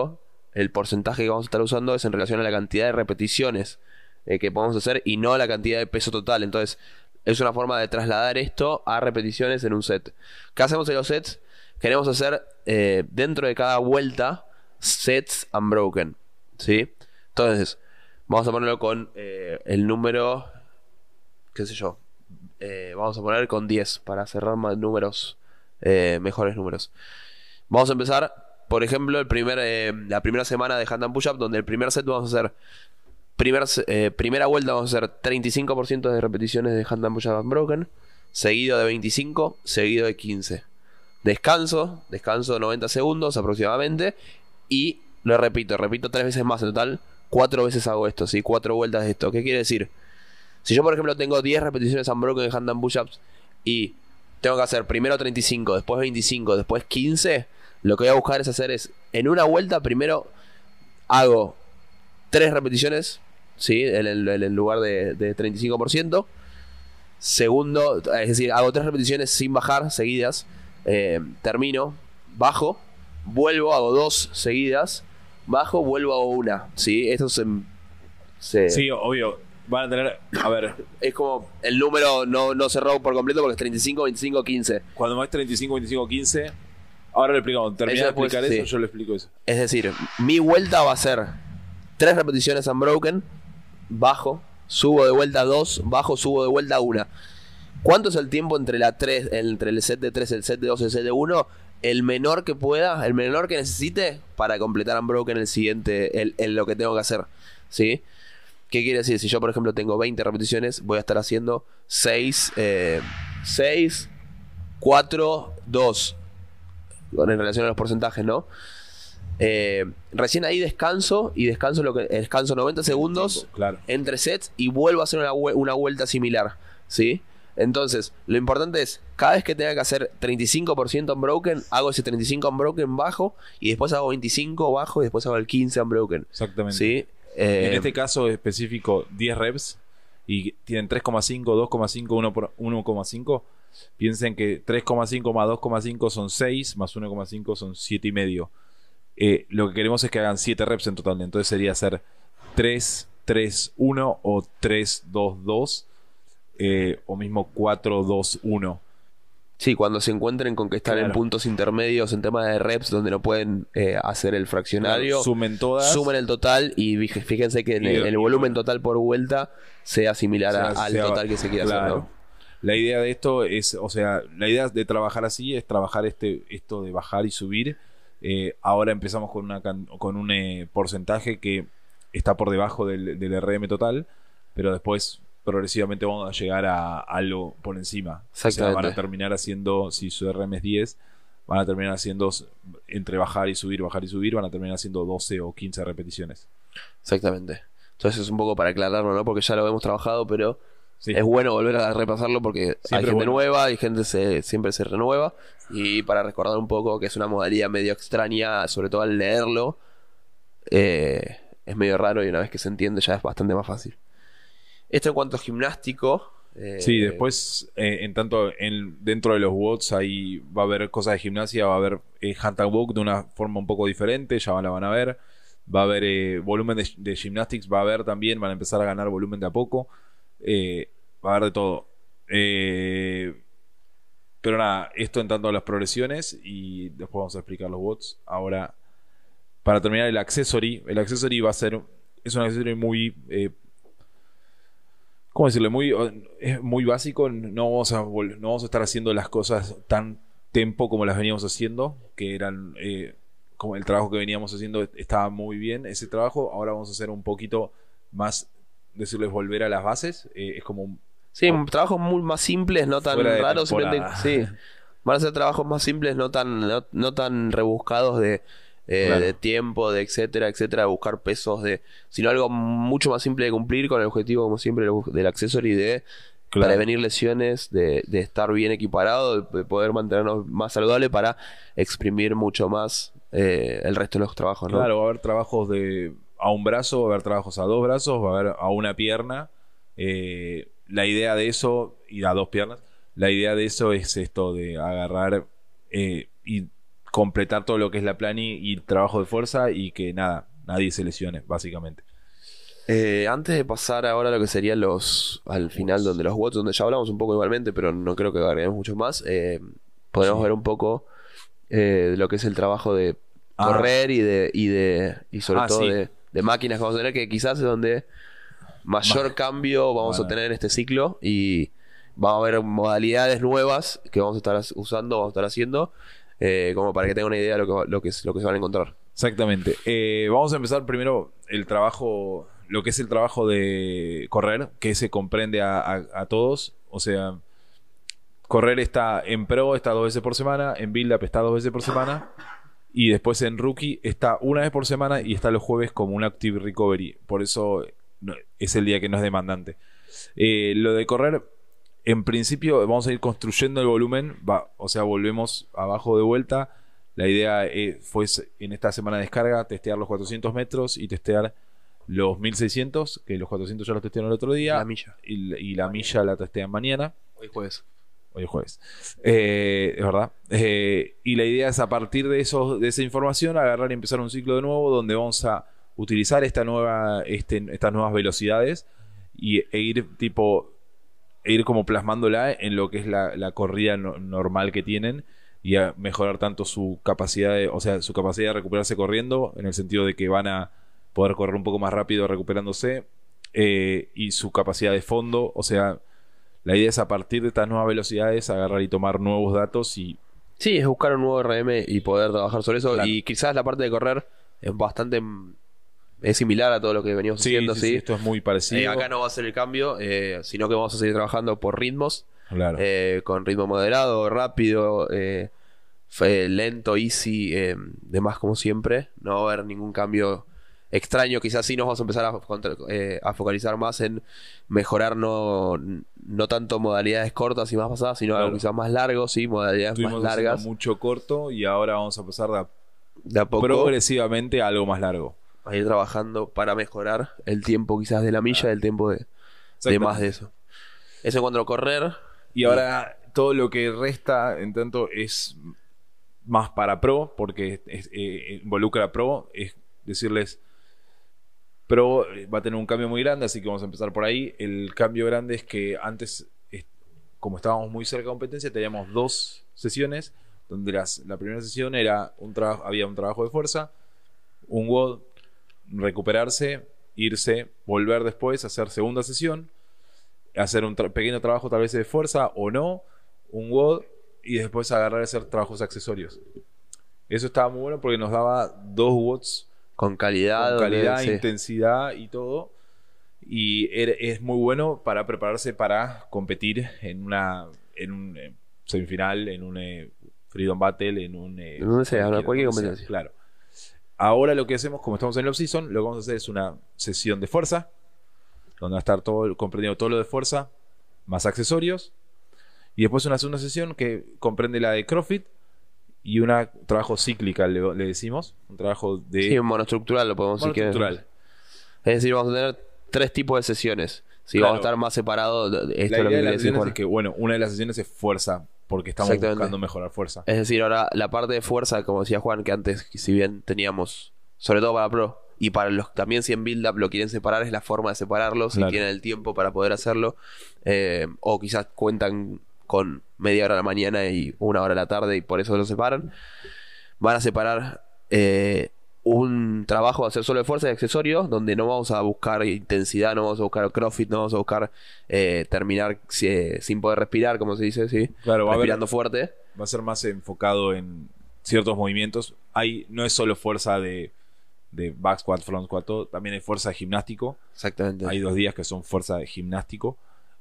el porcentaje que vamos a estar usando es en relación a la cantidad de repeticiones que podemos hacer y no a la cantidad de peso total. Entonces, es una forma de trasladar esto a repeticiones en un set. ¿Qué hacemos en los sets? Queremos hacer dentro de cada vuelta sets unbroken, ¿sí? Entonces, vamos a ponerlo con el número, qué sé yo, vamos a poner con 10 para cerrar más números, mejores números. Vamos a empezar, por ejemplo, la primera semana de Hand and Push Up, donde el primer set vamos a hacer primera vuelta vamos a hacer 35% de repeticiones de Hand and Push Up Unbroken, seguido de 25, seguido de 15. Descanso 90 segundos aproximadamente y lo repito 3 veces más en total. 4 veces hago esto, ¿sí? 4 vueltas de esto. ¿Qué quiere decir? Si yo, por ejemplo, tengo 10 repeticiones unbroken en hand and push-ups y tengo que hacer primero 35, después 25, después 15, lo que voy a buscar es en una vuelta, primero hago 3 repeticiones, ¿sí? En el lugar de 35%. Segundo, es decir, hago 3 repeticiones sin bajar, seguidas. Termino, bajo, vuelvo, hago 2 seguidas, bajo, vuelvo, hago una, ¿sí? Esto Sí, obvio. Van a tener, a ver, es como el número no cerrado por completo porque es 35, 25, 15. cuando más 35, 25, 15, ahora lo explicamos. Termina de explicar eso, yo le explico eso. Es decir, mi vuelta va a ser 3 repeticiones unbroken, bajo, subo de vuelta 2, bajo, subo de vuelta 1. ¿Cuánto es el tiempo entre el set de 3, el set de 2 y el set de 1? El menor que pueda, el menor que necesite para completar unbroken el siguiente, en lo que tengo que hacer, ¿sí? ¿Qué quiere decir? Si yo, por ejemplo, tengo 20 repeticiones, voy a estar haciendo 6, 4, 2. En relación a los porcentajes, ¿no? Recién ahí descanso 90 segundos Claro. entre sets y vuelvo a hacer una vuelta similar, ¿sí? Entonces, lo importante es, cada vez que tenga que hacer 35% unbroken, hago ese 35 unbroken bajo y después hago 25 bajo y después hago el 15 unbroken. Exactamente. ¿Sí? En este caso específico, 10 reps y tienen 3,5, 2,5, 1,5. Piensen que 3,5 más 2,5 son 6, más 1,5 son 7,5. Lo que queremos es que hagan 7 reps en total. Entonces sería hacer 3, 3, 1 o 3, 2, 2 o mismo 4, 2, 1. Sí, cuando se encuentren con que están en puntos intermedios en tema de reps donde no pueden hacer el fraccionario, claro, sumen todas, sumen el total y fíjense que el volumen total por vuelta sea similar al total que se quiera hacer, ¿no? La idea de esto es, o sea, la idea de trabajar así es trabajar esto de bajar y subir. Ahora empezamos con un porcentaje que está por debajo del RM total, pero después progresivamente vamos a llegar a algo por encima. O sea, van a terminar haciendo, si su RM es 10, van a terminar haciendo, entre bajar y subir, van a terminar haciendo 12 o 15 repeticiones. Exactamente. Entonces es un poco para aclararlo, ¿no? Porque ya lo hemos trabajado, pero sí, es bueno volver a repasarlo porque siempre hay gente nueva, hay gente siempre se renueva. Y para recordar un poco que es una modalidad medio extraña, sobre todo al leerlo, es medio raro y una vez que se entiende ya es bastante más fácil. Esto en cuanto a gimnástico. Sí, después, dentro de los WODs ahí va a haber cosas de gimnasia, va a haber hand and walk de una forma un poco diferente, ya la van a ver. Va a haber volumen de gymnastics, va a haber también, van a empezar a ganar volumen de a poco. Va a haber de todo. Pero nada, esto en tanto a las progresiones y después vamos a explicar los WODs. Ahora, para terminar, el accessory va a ser, es un accessory muy... ¿cómo decirlo? Es muy básico. No vamos a estar haciendo las cosas tan tempo como las veníamos haciendo, que eran como el trabajo que veníamos haciendo estaba muy bien ese trabajo. Ahora vamos a hacer un poquito más, decirles volver a las bases. Es como trabajos más simples, no tan raros. Sí, van a ser trabajos más simples, no tan rebuscados de tiempo, de etcétera, buscar pesos, sino algo mucho más simple de cumplir con el objetivo, como siempre, del accessory de prevenir lesiones, de estar bien equiparado, de poder mantenernos más saludables para exprimir mucho más el resto de los trabajos, ¿no? Claro, va a haber trabajos a un brazo, va a haber trabajos a 2 brazos, va a haber a una pierna. La idea de eso, y a 2 piernas, la idea de eso es esto de agarrar y completar todo lo que es la plani y trabajo de fuerza y que nadie se lesione, básicamente. Antes de pasar ahora a lo que serían al final, donde los watts, donde ya hablamos un poco igualmente, pero no creo que agreguemos mucho más, podemos ver un poco de lo que es el trabajo de correr y sobre todo de máquinas que vamos a tener, que quizás es donde mayor cambio vamos a tener en este ciclo, y va a haber modalidades nuevas que vamos a estar usando, vamos a estar haciendo, como para que tengan una idea de lo que se van a encontrar. Exactamente. Vamos a empezar primero lo que es el trabajo de correr, que se comprende a todos. O sea, correr está en Pro, está 2 veces por semana, en Build Up está 2 veces por semana, y después en Rookie está 1 vez por semana y está los jueves como un Active Recovery. Por eso es el día que no es demandante. Lo de correr, en principio vamos a ir construyendo el volumen, o sea, volvemos abajo de vuelta. La idea fue en esta semana de descarga testear los 400 metros y testear los 1600, que los 400 ya los testearon el otro día. La milla. Y la milla la testean mañana. Hoy jueves. Es verdad. Y la idea es, a partir de esa información, agarrar y empezar un ciclo de nuevo donde vamos a utilizar estas nuevas velocidades e ir como plasmándola en lo que es la corrida normal que tienen, y a mejorar tanto su capacidad de recuperarse corriendo, en el sentido de que van a poder correr un poco más rápido recuperándose, y su capacidad de fondo. O sea, la idea es, a partir de estas nuevas velocidades, agarrar y tomar nuevos datos y... Sí, es buscar un nuevo RM y poder trabajar sobre eso. Claro. Y quizás la parte de correr es similar a todo lo que venimos haciendo. Sí, esto es muy parecido. Acá no va a ser el cambio, sino que vamos a seguir trabajando por ritmos. Claro. Con ritmo moderado, rápido, lento, easy, demás como siempre. No va a haber ningún cambio extraño. Quizás sí nos vamos a empezar a focalizar más en mejorar no tanto modalidades cortas y más pasadas, sino algo quizás más largo, sí, modalidades más largas. Mucho corto, y ahora vamos a pasar de a poco progresivamente a algo más largo. A ir trabajando para mejorar el tiempo quizás de la milla, el tiempo de más de eso. Eso en cuanto a correr. Y ahora todo lo que resta, en tanto, es más para Pro, porque involucra a Pro. Es decirles, Pro va a tener un cambio muy grande, así que vamos a empezar por ahí. El cambio grande es que antes, como estábamos muy cerca de competencia, teníamos 2 sesiones, donde la primera sesión era había un trabajo de fuerza, un WOD, recuperarse, irse, volver después, hacer segunda sesión, hacer un pequeño trabajo tal vez de fuerza o no, un WOD, y después agarrar y hacer trabajos accesorios. Eso estaba muy bueno porque nos daba 2 WODs con calidad, sí, intensidad y todo. Y es muy bueno para prepararse para competir en un semifinal, en un Freedom Battle, en cualquier competencia. Claro. Ahora lo que hacemos, como estamos en el off-season, lo que vamos a hacer es una sesión de fuerza, donde va a estar comprendido todo lo de fuerza, más accesorios. Y después una segunda sesión que comprende la de CrossFit y un trabajo cíclica, le decimos. Un trabajo de... Sí, monoestructural, lo podemos decir. Monoestructural. Es decir, vamos a tener 3 tipos de sesiones. Si Claro. vamos a estar más separados, esto La es lo idea que de las decir, sesiones es que, bueno, una de las sesiones es fuerza, porque estamos buscando mejorar fuerza. Es decir, ahora la parte de fuerza, como decía Juan, que antes, si bien teníamos, sobre todo para Pro, y para los también, si en Build Up lo quieren separar, es la forma de separarlos, Claro. si tienen el tiempo para poder hacerlo, o quizás cuentan con media hora a la mañana y 1 hora a la tarde y por eso lo separan. Van a separar un trabajo de hacer solo de fuerza y accesorios, donde no vamos a buscar intensidad, no vamos a buscar CrossFit, no vamos a buscar terminar sin poder respirar, como se dice, ¿sí? Claro, respirando fuerte. Va a ser más enfocado en ciertos movimientos. No es solo fuerza de back squat, front squat, todo. También hay fuerza de gimnástico. Exactamente. Hay 2 días que son fuerza de gimnástico.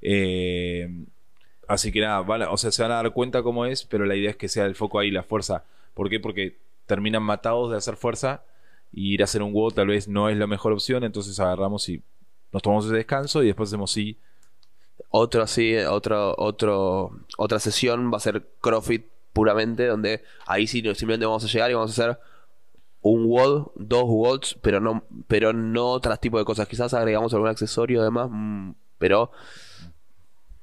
Así que nada, se van a dar cuenta cómo es, pero la idea es que sea el foco ahí, la fuerza. ¿Por qué? Porque terminan matados de hacer fuerza, y ir a hacer un WOD tal vez no es la mejor opción. Entonces agarramos y nos tomamos ese descanso, y después hacemos otra sesión va a ser CrossFit puramente, donde ahí sí simplemente vamos a llegar y vamos a hacer un WOD, 2 WODs, pero no otro tipo de cosas. Quizás agregamos algún accesorio además, pero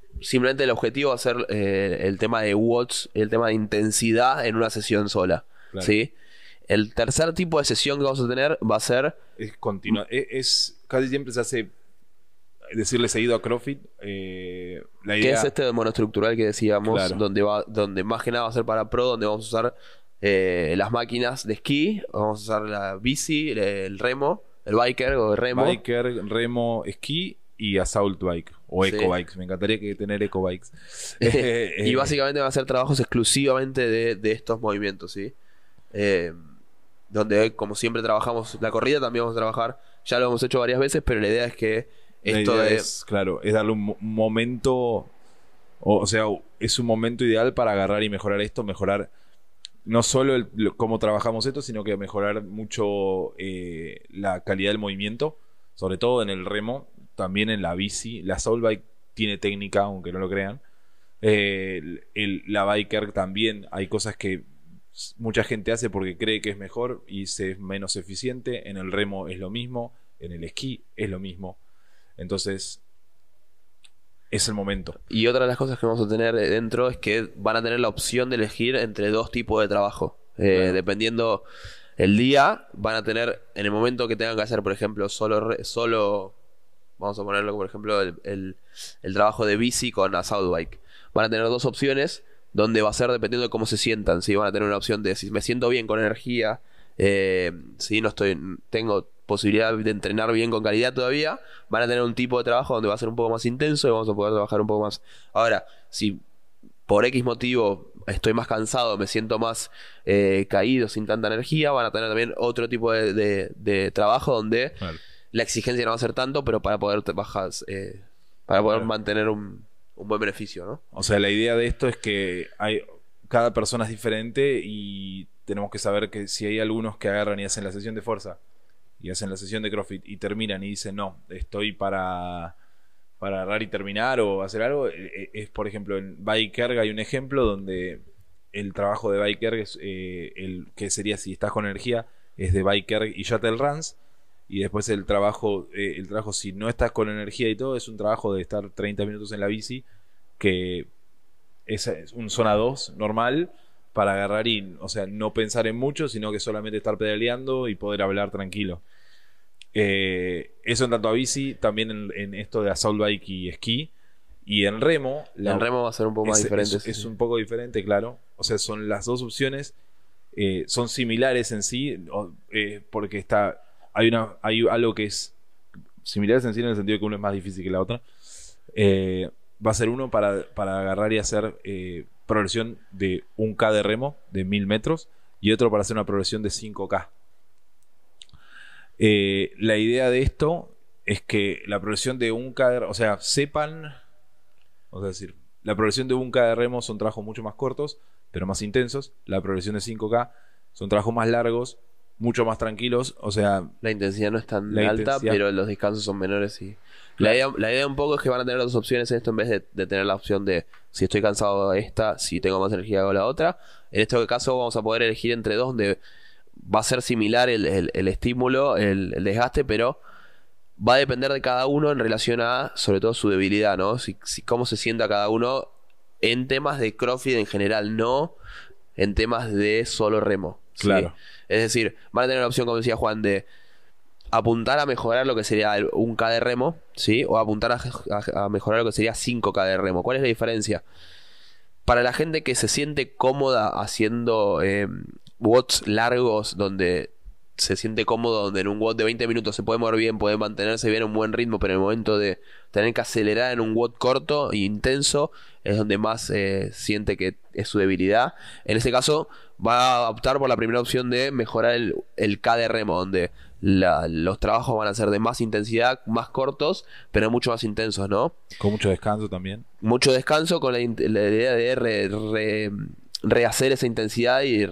simplemente el objetivo va a ser el tema de WODs, el tema de intensidad en una sesión sola. Claro. ¿sí? El tercer tipo de sesión que vamos a tener va a ser... Es continua. Casi siempre se hace decirle seguido a CrossFit. La ¿Qué idea. es este monoestructural que decíamos? Claro. Donde más que nada va a ser para pro, donde vamos a usar las máquinas de esquí, vamos a usar la bici, el remo, el biker o el remo. Biker, remo, esquí y assault bike. O Sí. eco bikes. Me encantaría tener eco bikes. Y básicamente van a ser trabajos exclusivamente de estos movimientos, ¿sí? Donde, como siempre, trabajamos la corrida, también vamos a trabajar. Ya lo hemos hecho varias veces, pero la idea es que La esto idea de... es, claro, es darle un momento. O sea, es un momento ideal para agarrar y mejorar esto. Mejorar no solo cómo trabajamos esto, sino que mejorar mucho la calidad del movimiento. Sobre todo en el remo, también en la bici. La assault bike tiene técnica, aunque no lo crean. La biker también hay cosas que mucha gente hace porque cree que es mejor y es menos eficiente. En el remo es lo mismo, en el esquí es lo mismo. Entonces es el momento. Y otra de las cosas que vamos a tener dentro es que van a tener la opción de elegir entre dos tipos de trabajo. Claro. Dependiendo el día, van a tener, en el momento que tengan que hacer, por ejemplo, solo vamos a ponerlo, por ejemplo, el trabajo de bici con assault bike. Van a tener dos opciones donde va a ser dependiendo de cómo se sientan. ¿Sí? Van a tener una opción de si me siento bien con energía, si tengo posibilidad de entrenar bien con calidad todavía, van a tener un tipo de trabajo donde va a ser un poco más intenso y vamos a poder trabajar un poco más. Ahora, si por X motivo estoy más cansado, me siento más caído, sin tanta energía, van a tener también otro tipo de trabajo donde Claro. la exigencia no va a ser tanto, pero para poder bajar, para poder Claro. mantener un buen beneficio, ¿no? O sea, la idea de esto es que cada persona es diferente y tenemos que saber que si hay algunos que agarran y hacen la sesión de fuerza y hacen la sesión de CrossFit y terminan y dicen no, estoy para agarrar y terminar o hacer algo, es por ejemplo en Biker hay un ejemplo donde el trabajo de Biker es el que sería si estás con energía es de Biker y Shuttle Runs. Y después el trabajo si no estás con energía y todo, es un trabajo de estar 30 minutos en la bici, que es un zona 2 normal, para agarrar y, o sea, no pensar en mucho, sino que solamente estar pedaleando y poder hablar tranquilo. Eso en tanto a bici, también en esto de assault bike y esquí. Y en remo... El remo va a ser un poco más diferente. Es un poco diferente, claro. O sea, son las dos opciones. Son similares en sí, porque hay algo que es similares en sí en el sentido de que uno es más difícil que la otra. Va a ser uno para agarrar y hacer progresión de 1K de remo de 1000 metros y otro para hacer una progresión de 5K. La idea de esto es que la progresión de 1K, o sea, sepan, vamos a decir, la progresión de 1K de remo son trabajos mucho más cortos, pero más intensos. La progresión de 5K son trabajos más largos, mucho más tranquilos, o sea... La intensidad no es tan La alta, intensidad. pero los descansos son menores y... Claro. La idea un poco es que van a tener las dos opciones en esto en vez de tener la opción de si estoy cansado de esta, si tengo más energía hago la otra. En este caso vamos a poder elegir entre dos donde va a ser similar el estímulo, el desgaste, pero va a depender de cada uno en relación a, sobre todo, su debilidad, ¿no? Cómo se sienta cada uno en temas de CrossFit en general, no en temas de solo remo. ¿sí? Claro. Es decir, van a tener la opción, como decía Juan, de apuntar a mejorar lo que sería el 1K de remo, ¿sí? O apuntar a mejorar lo que sería 5K de remo. ¿Cuál es la diferencia? Para la gente que se siente cómoda haciendo watts largos, donde se siente cómodo, donde en un watt de 20 minutos se puede mover bien, puede mantenerse bien a un buen ritmo, pero en el momento de tener que acelerar en un watt corto e intenso, es donde más siente que es su debilidad. En este caso, va a optar por la primera opción de mejorar el K de remo, donde los trabajos van a ser de más intensidad, más cortos, pero mucho más intensos, ¿no? Con mucho descanso también. Mucho descanso con la idea de rehacer esa intensidad y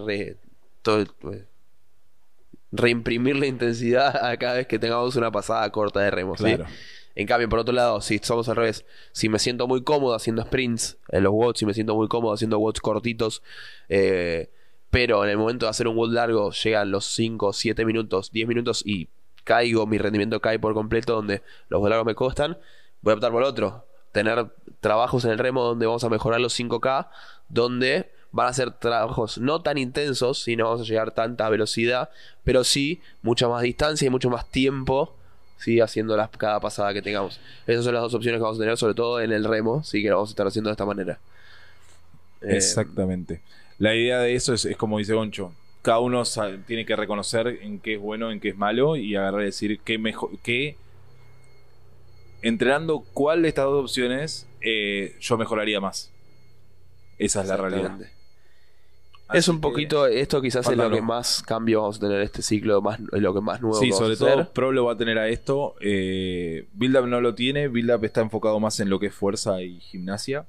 reimprimir la intensidad a cada vez que tengamos una pasada corta de remo, ¿sí? Claro. En cambio, por otro lado, si somos al revés, si me siento muy cómodo haciendo sprints en los watts, si me siento muy cómodo haciendo watts cortitos, pero en el momento de hacer un watt largo llegan los 5, 7 minutos, 10 minutos y mi rendimiento cae por completo, donde los watts largos me costan, voy a optar por otro. Tener trabajos en el remo donde vamos a mejorar los 5K, donde van a ser trabajos no tan intensos, si no vamos a llegar a tanta velocidad, pero sí mucha más distancia y mucho más tiempo, sí, haciendo cada pasada que tengamos. Esas son las dos opciones que vamos a tener, sobre todo en el remo, sí, que lo vamos a estar haciendo de esta manera. Exactamente. La idea de eso es como dice Goncho. Cada uno tiene que reconocer en qué es bueno, en qué es malo y agarrar y decir qué entrenando cuál de estas dos opciones yo mejoraría más. Esa es la realidad. Es un poquito, esto quizás es lo que más cambio vamos a tener este ciclo, lo que más nuevo sí, vamos sobre a hacer. todo Pro lo va a tener a esto. Build Up no lo tiene. Build Up está enfocado más en lo que es fuerza y gimnasia.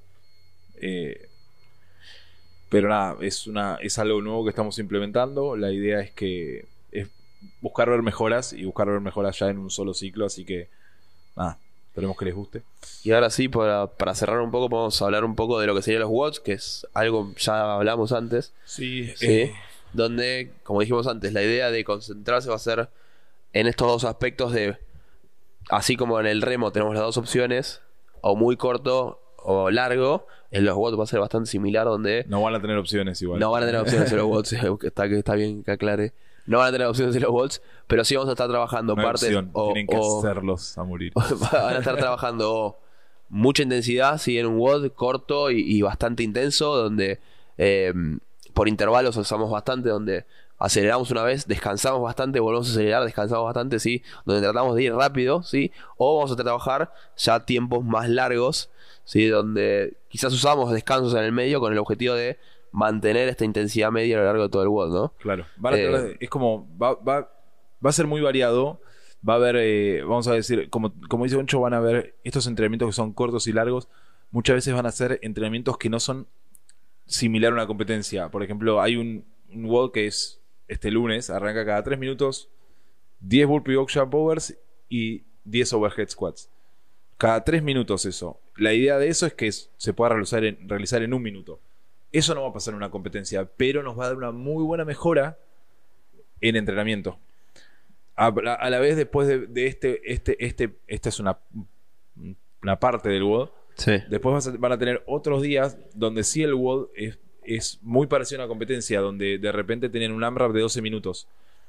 Pero nada, es algo nuevo que estamos implementando. La idea es buscar ver mejoras y buscar ver mejoras ya en un solo ciclo. Así que nada, esperemos que les guste. Y ahora sí, para cerrar un poco, podemos hablar un poco de lo que serían los WODs, que es algo ya hablamos antes. Sí, donde, como dijimos antes, la idea de concentrarse va a ser en estos dos aspectos de, así como en el remo tenemos las dos opciones, o muy corto o largo, en los WODs va a ser bastante similar, donde no van a tener opciones igual. No van a tener opciones en los WODs, está bien que aclare. No van a tener opciones en los WODs, pero sí vamos a estar trabajando partes. Tienen que hacerlos a morir. Van a estar trabajando mucha intensidad, sí, en un WOD corto y bastante intenso, donde por intervalos usamos bastante, donde aceleramos una vez, descansamos bastante, volvemos a acelerar, descansamos bastante, sí, donde tratamos de ir rápido, sí, o vamos a trabajar ya tiempos más largos, sí, donde quizás usamos descansos en el medio con el objetivo de mantener esta intensidad media a lo largo de todo el WOD, ¿no? Claro, es como va a ser muy variado. Va a haber, vamos a decir, como dice Goncho, van a haber estos entrenamientos que son cortos y largos. Muchas veces van a ser entrenamientos que no son similar a una competencia. Por ejemplo, hay un WOD que es este lunes, arranca cada 3 minutos, 10 burpee box jump overs y 10 overhead squats. Cada 3 minutos eso. La idea de eso es que se pueda realizar en un minuto. Eso no va a pasar en una competencia, pero nos va a dar una muy buena mejora en entrenamiento. A la vez, después de esta es una parte del WOD. Sí. Después van a tener otros días donde sí el WOD es muy parecido a una competencia, donde de repente tienen un AMRAP de 12 minutos,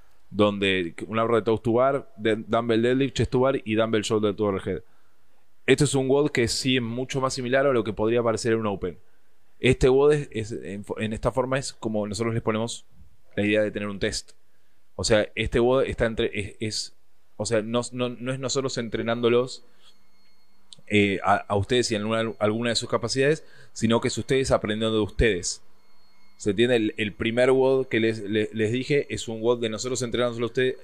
donde un AMRAP de toes to bar, de dumbbell deadlift, chest to bar y dumbbell shoulder to overhead. Esto es un WOD que sí es mucho más similar a lo que podría parecer en un Open. Este WOD en esta forma es como nosotros les ponemos la idea de tener un test. O sea, este WOD está o sea, no es nosotros entrenándolos a ustedes y en alguna de sus capacidades, sino que es ustedes aprendiendo de ustedes. ¿Se entiende? El primer WOD que les dije es un WOD de nosotros entrenándose a ustedes,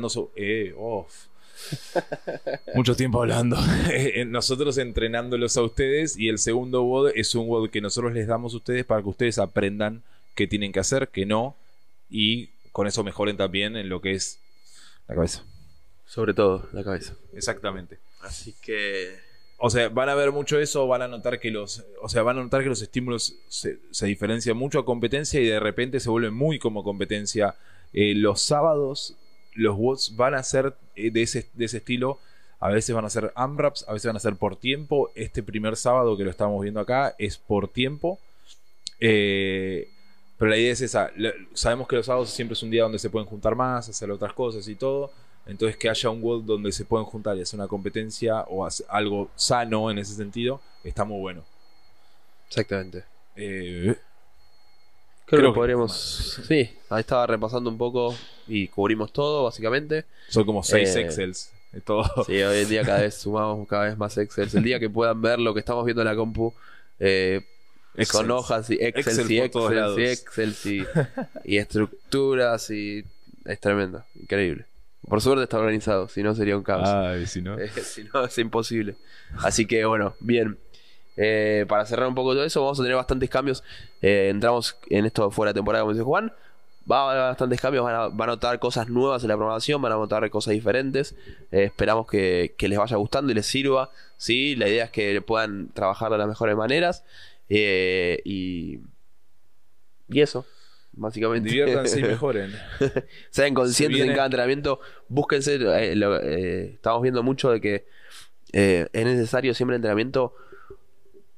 mucho tiempo hablando. Nosotros entrenándolos a ustedes, y el segundo WOD es un WOD que nosotros les damos a ustedes para que ustedes aprendan qué tienen que hacer, qué no, y con eso mejoren también en lo que es la cabeza. Sobre todo la cabeza. Exactamente. Así que, o sea, van a ver mucho eso, van a notar que los estímulos se diferencian mucho a competencia y de repente se vuelven muy como competencia. Los sábados los WODs van a ser de ese estilo. A veces van a ser AMRAPs, a veces van a ser por tiempo. Este primer sábado que lo estamos viendo acá es por tiempo. Pero la idea es esa. Sabemos que los sábados siempre es un día donde se pueden juntar más, hacer otras cosas y todo. Entonces que haya un WOD donde se pueden juntar y hacer una competencia o hacer algo sano en ese sentido, está muy bueno. Exactamente. Creo que podríamos... Sí, ahí estaba repasando un poco y cubrimos todo, básicamente. Son como 6 Excels. Todo. Sí, hoy en día cada vez sumamos cada vez más Excels. El día que puedan ver lo que estamos viendo en la compu, con hojas y Excel y estructuras, y es tremendo, increíble. Por suerte está organizado, si no sería un caos. Si no es imposible. Así que bueno, bien. Para cerrar un poco todo eso, vamos a tener bastantes cambios. Entramos en esto fuera de temporada, como dice Juan. Va a haber bastantes cambios, van a notar cosas nuevas en la programación, van a notar cosas diferentes. Esperamos que les vaya gustando y les sirva. ¿Sí? La idea es que puedan trabajar de las mejores maneras. Y eso, básicamente. Diviértanse y mejoren. Sean conscientes en cada entrenamiento. Búsquense. Estamos viendo mucho de que es necesario siempre entrenamiento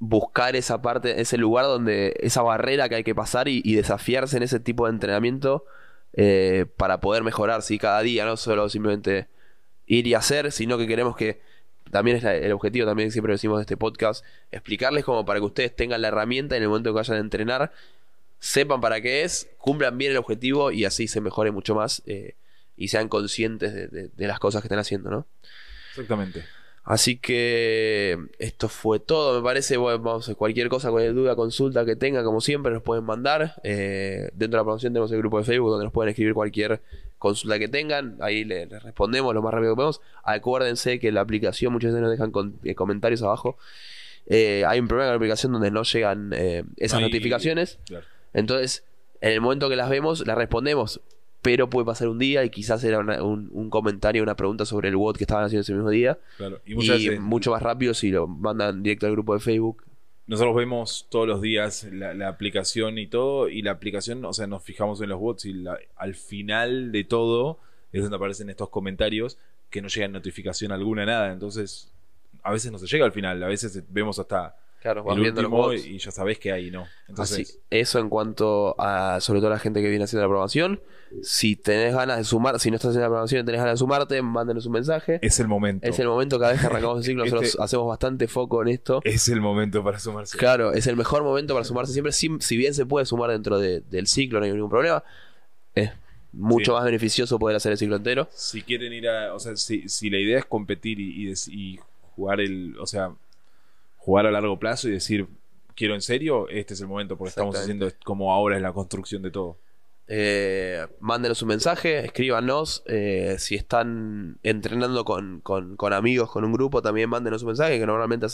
buscar esa parte, ese lugar donde esa barrera que hay que pasar y desafiarse en ese tipo de entrenamiento para poder mejorar, ¿sí? Cada día, no solo simplemente ir y hacer, sino que queremos que también es el objetivo, también siempre decimos de este podcast, explicarles como para que ustedes tengan la herramienta en el momento que vayan a entrenar, sepan para qué es, cumplan bien el objetivo y así se mejore mucho más y sean conscientes de las cosas que están haciendo, ¿no? Exactamente. Así que esto fue todo, me parece. Bueno, vamos a cualquier cosa, cualquier duda, consulta que tengan, como siempre, nos pueden mandar. Dentro de la promoción tenemos el grupo de Facebook donde nos pueden escribir cualquier consulta que tengan. Ahí les respondemos lo más rápido que podemos. Acuérdense que la aplicación muchas veces nos dejan comentarios abajo. Hay un problema con la aplicación donde no llegan esas notificaciones. Claro. Entonces, en el momento que las vemos, las respondemos. Pero puede pasar un día y quizás era un comentario, una pregunta sobre el WOD que estaban haciendo ese mismo día. Claro. Y mucho más rápido si lo mandan directo al grupo de Facebook. Nosotros vemos todos los días la aplicación y todo, y la aplicación, o sea, nos fijamos en los bots y al final de todo es donde aparecen estos comentarios que no llegan notificación alguna, nada. Entonces, a veces no se llega al final, a veces vemos hasta Vas el viendo los último bots. y ya sabés que ahí no. Entonces, Así, eso en cuanto a, sobre todo la gente que viene haciendo la programación. Si tenés ganas de sumar, si no estás haciendo la programación y tenés ganas de sumarte, mándenos un mensaje. es el momento. Es el momento, cada vez que arrancamos el ciclo, nosotros hacemos bastante foco en esto. Es el momento para sumarse. Claro, es el mejor momento para sumarse siempre. Si bien se puede sumar dentro del ciclo, no hay ningún problema. Es mucho más beneficioso poder hacer el ciclo entero. Si quieren ir a, o sea, si la idea es competir y jugar jugar a largo plazo y decir quiero en serio, este es el momento porque estamos haciendo como ahora es la construcción de todo. Mándenos un mensaje, escríbanos. Si están entrenando con amigos, con un grupo, también mándenos un mensaje que normalmente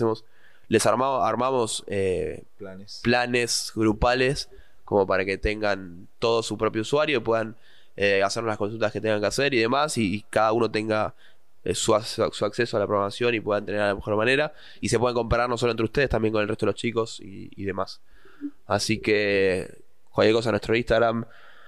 armamos planes grupales como para que tengan todo su propio usuario y puedan hacer las consultas que tengan que hacer y demás, y cada uno tenga su acceso a la programación y pueda entrenar de la mejor manera y se puedan comparar no solo entre ustedes, también con el resto de los chicos y demás. Así que cualquier cosa, nuestro Instagram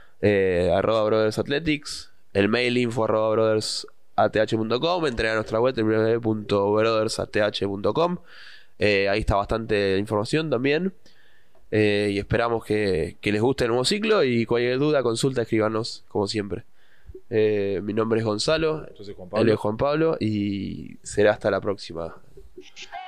@brothersathletics, el mail info @brothersath.com, entrega a nuestra web www.brothersath.com. Ahí está bastante información también. Y esperamos que les guste el nuevo ciclo y cualquier duda, consulta, escríbanos como siempre. Mi nombre es Gonzalo. Entonces, Él es Juan Pablo y será hasta la próxima.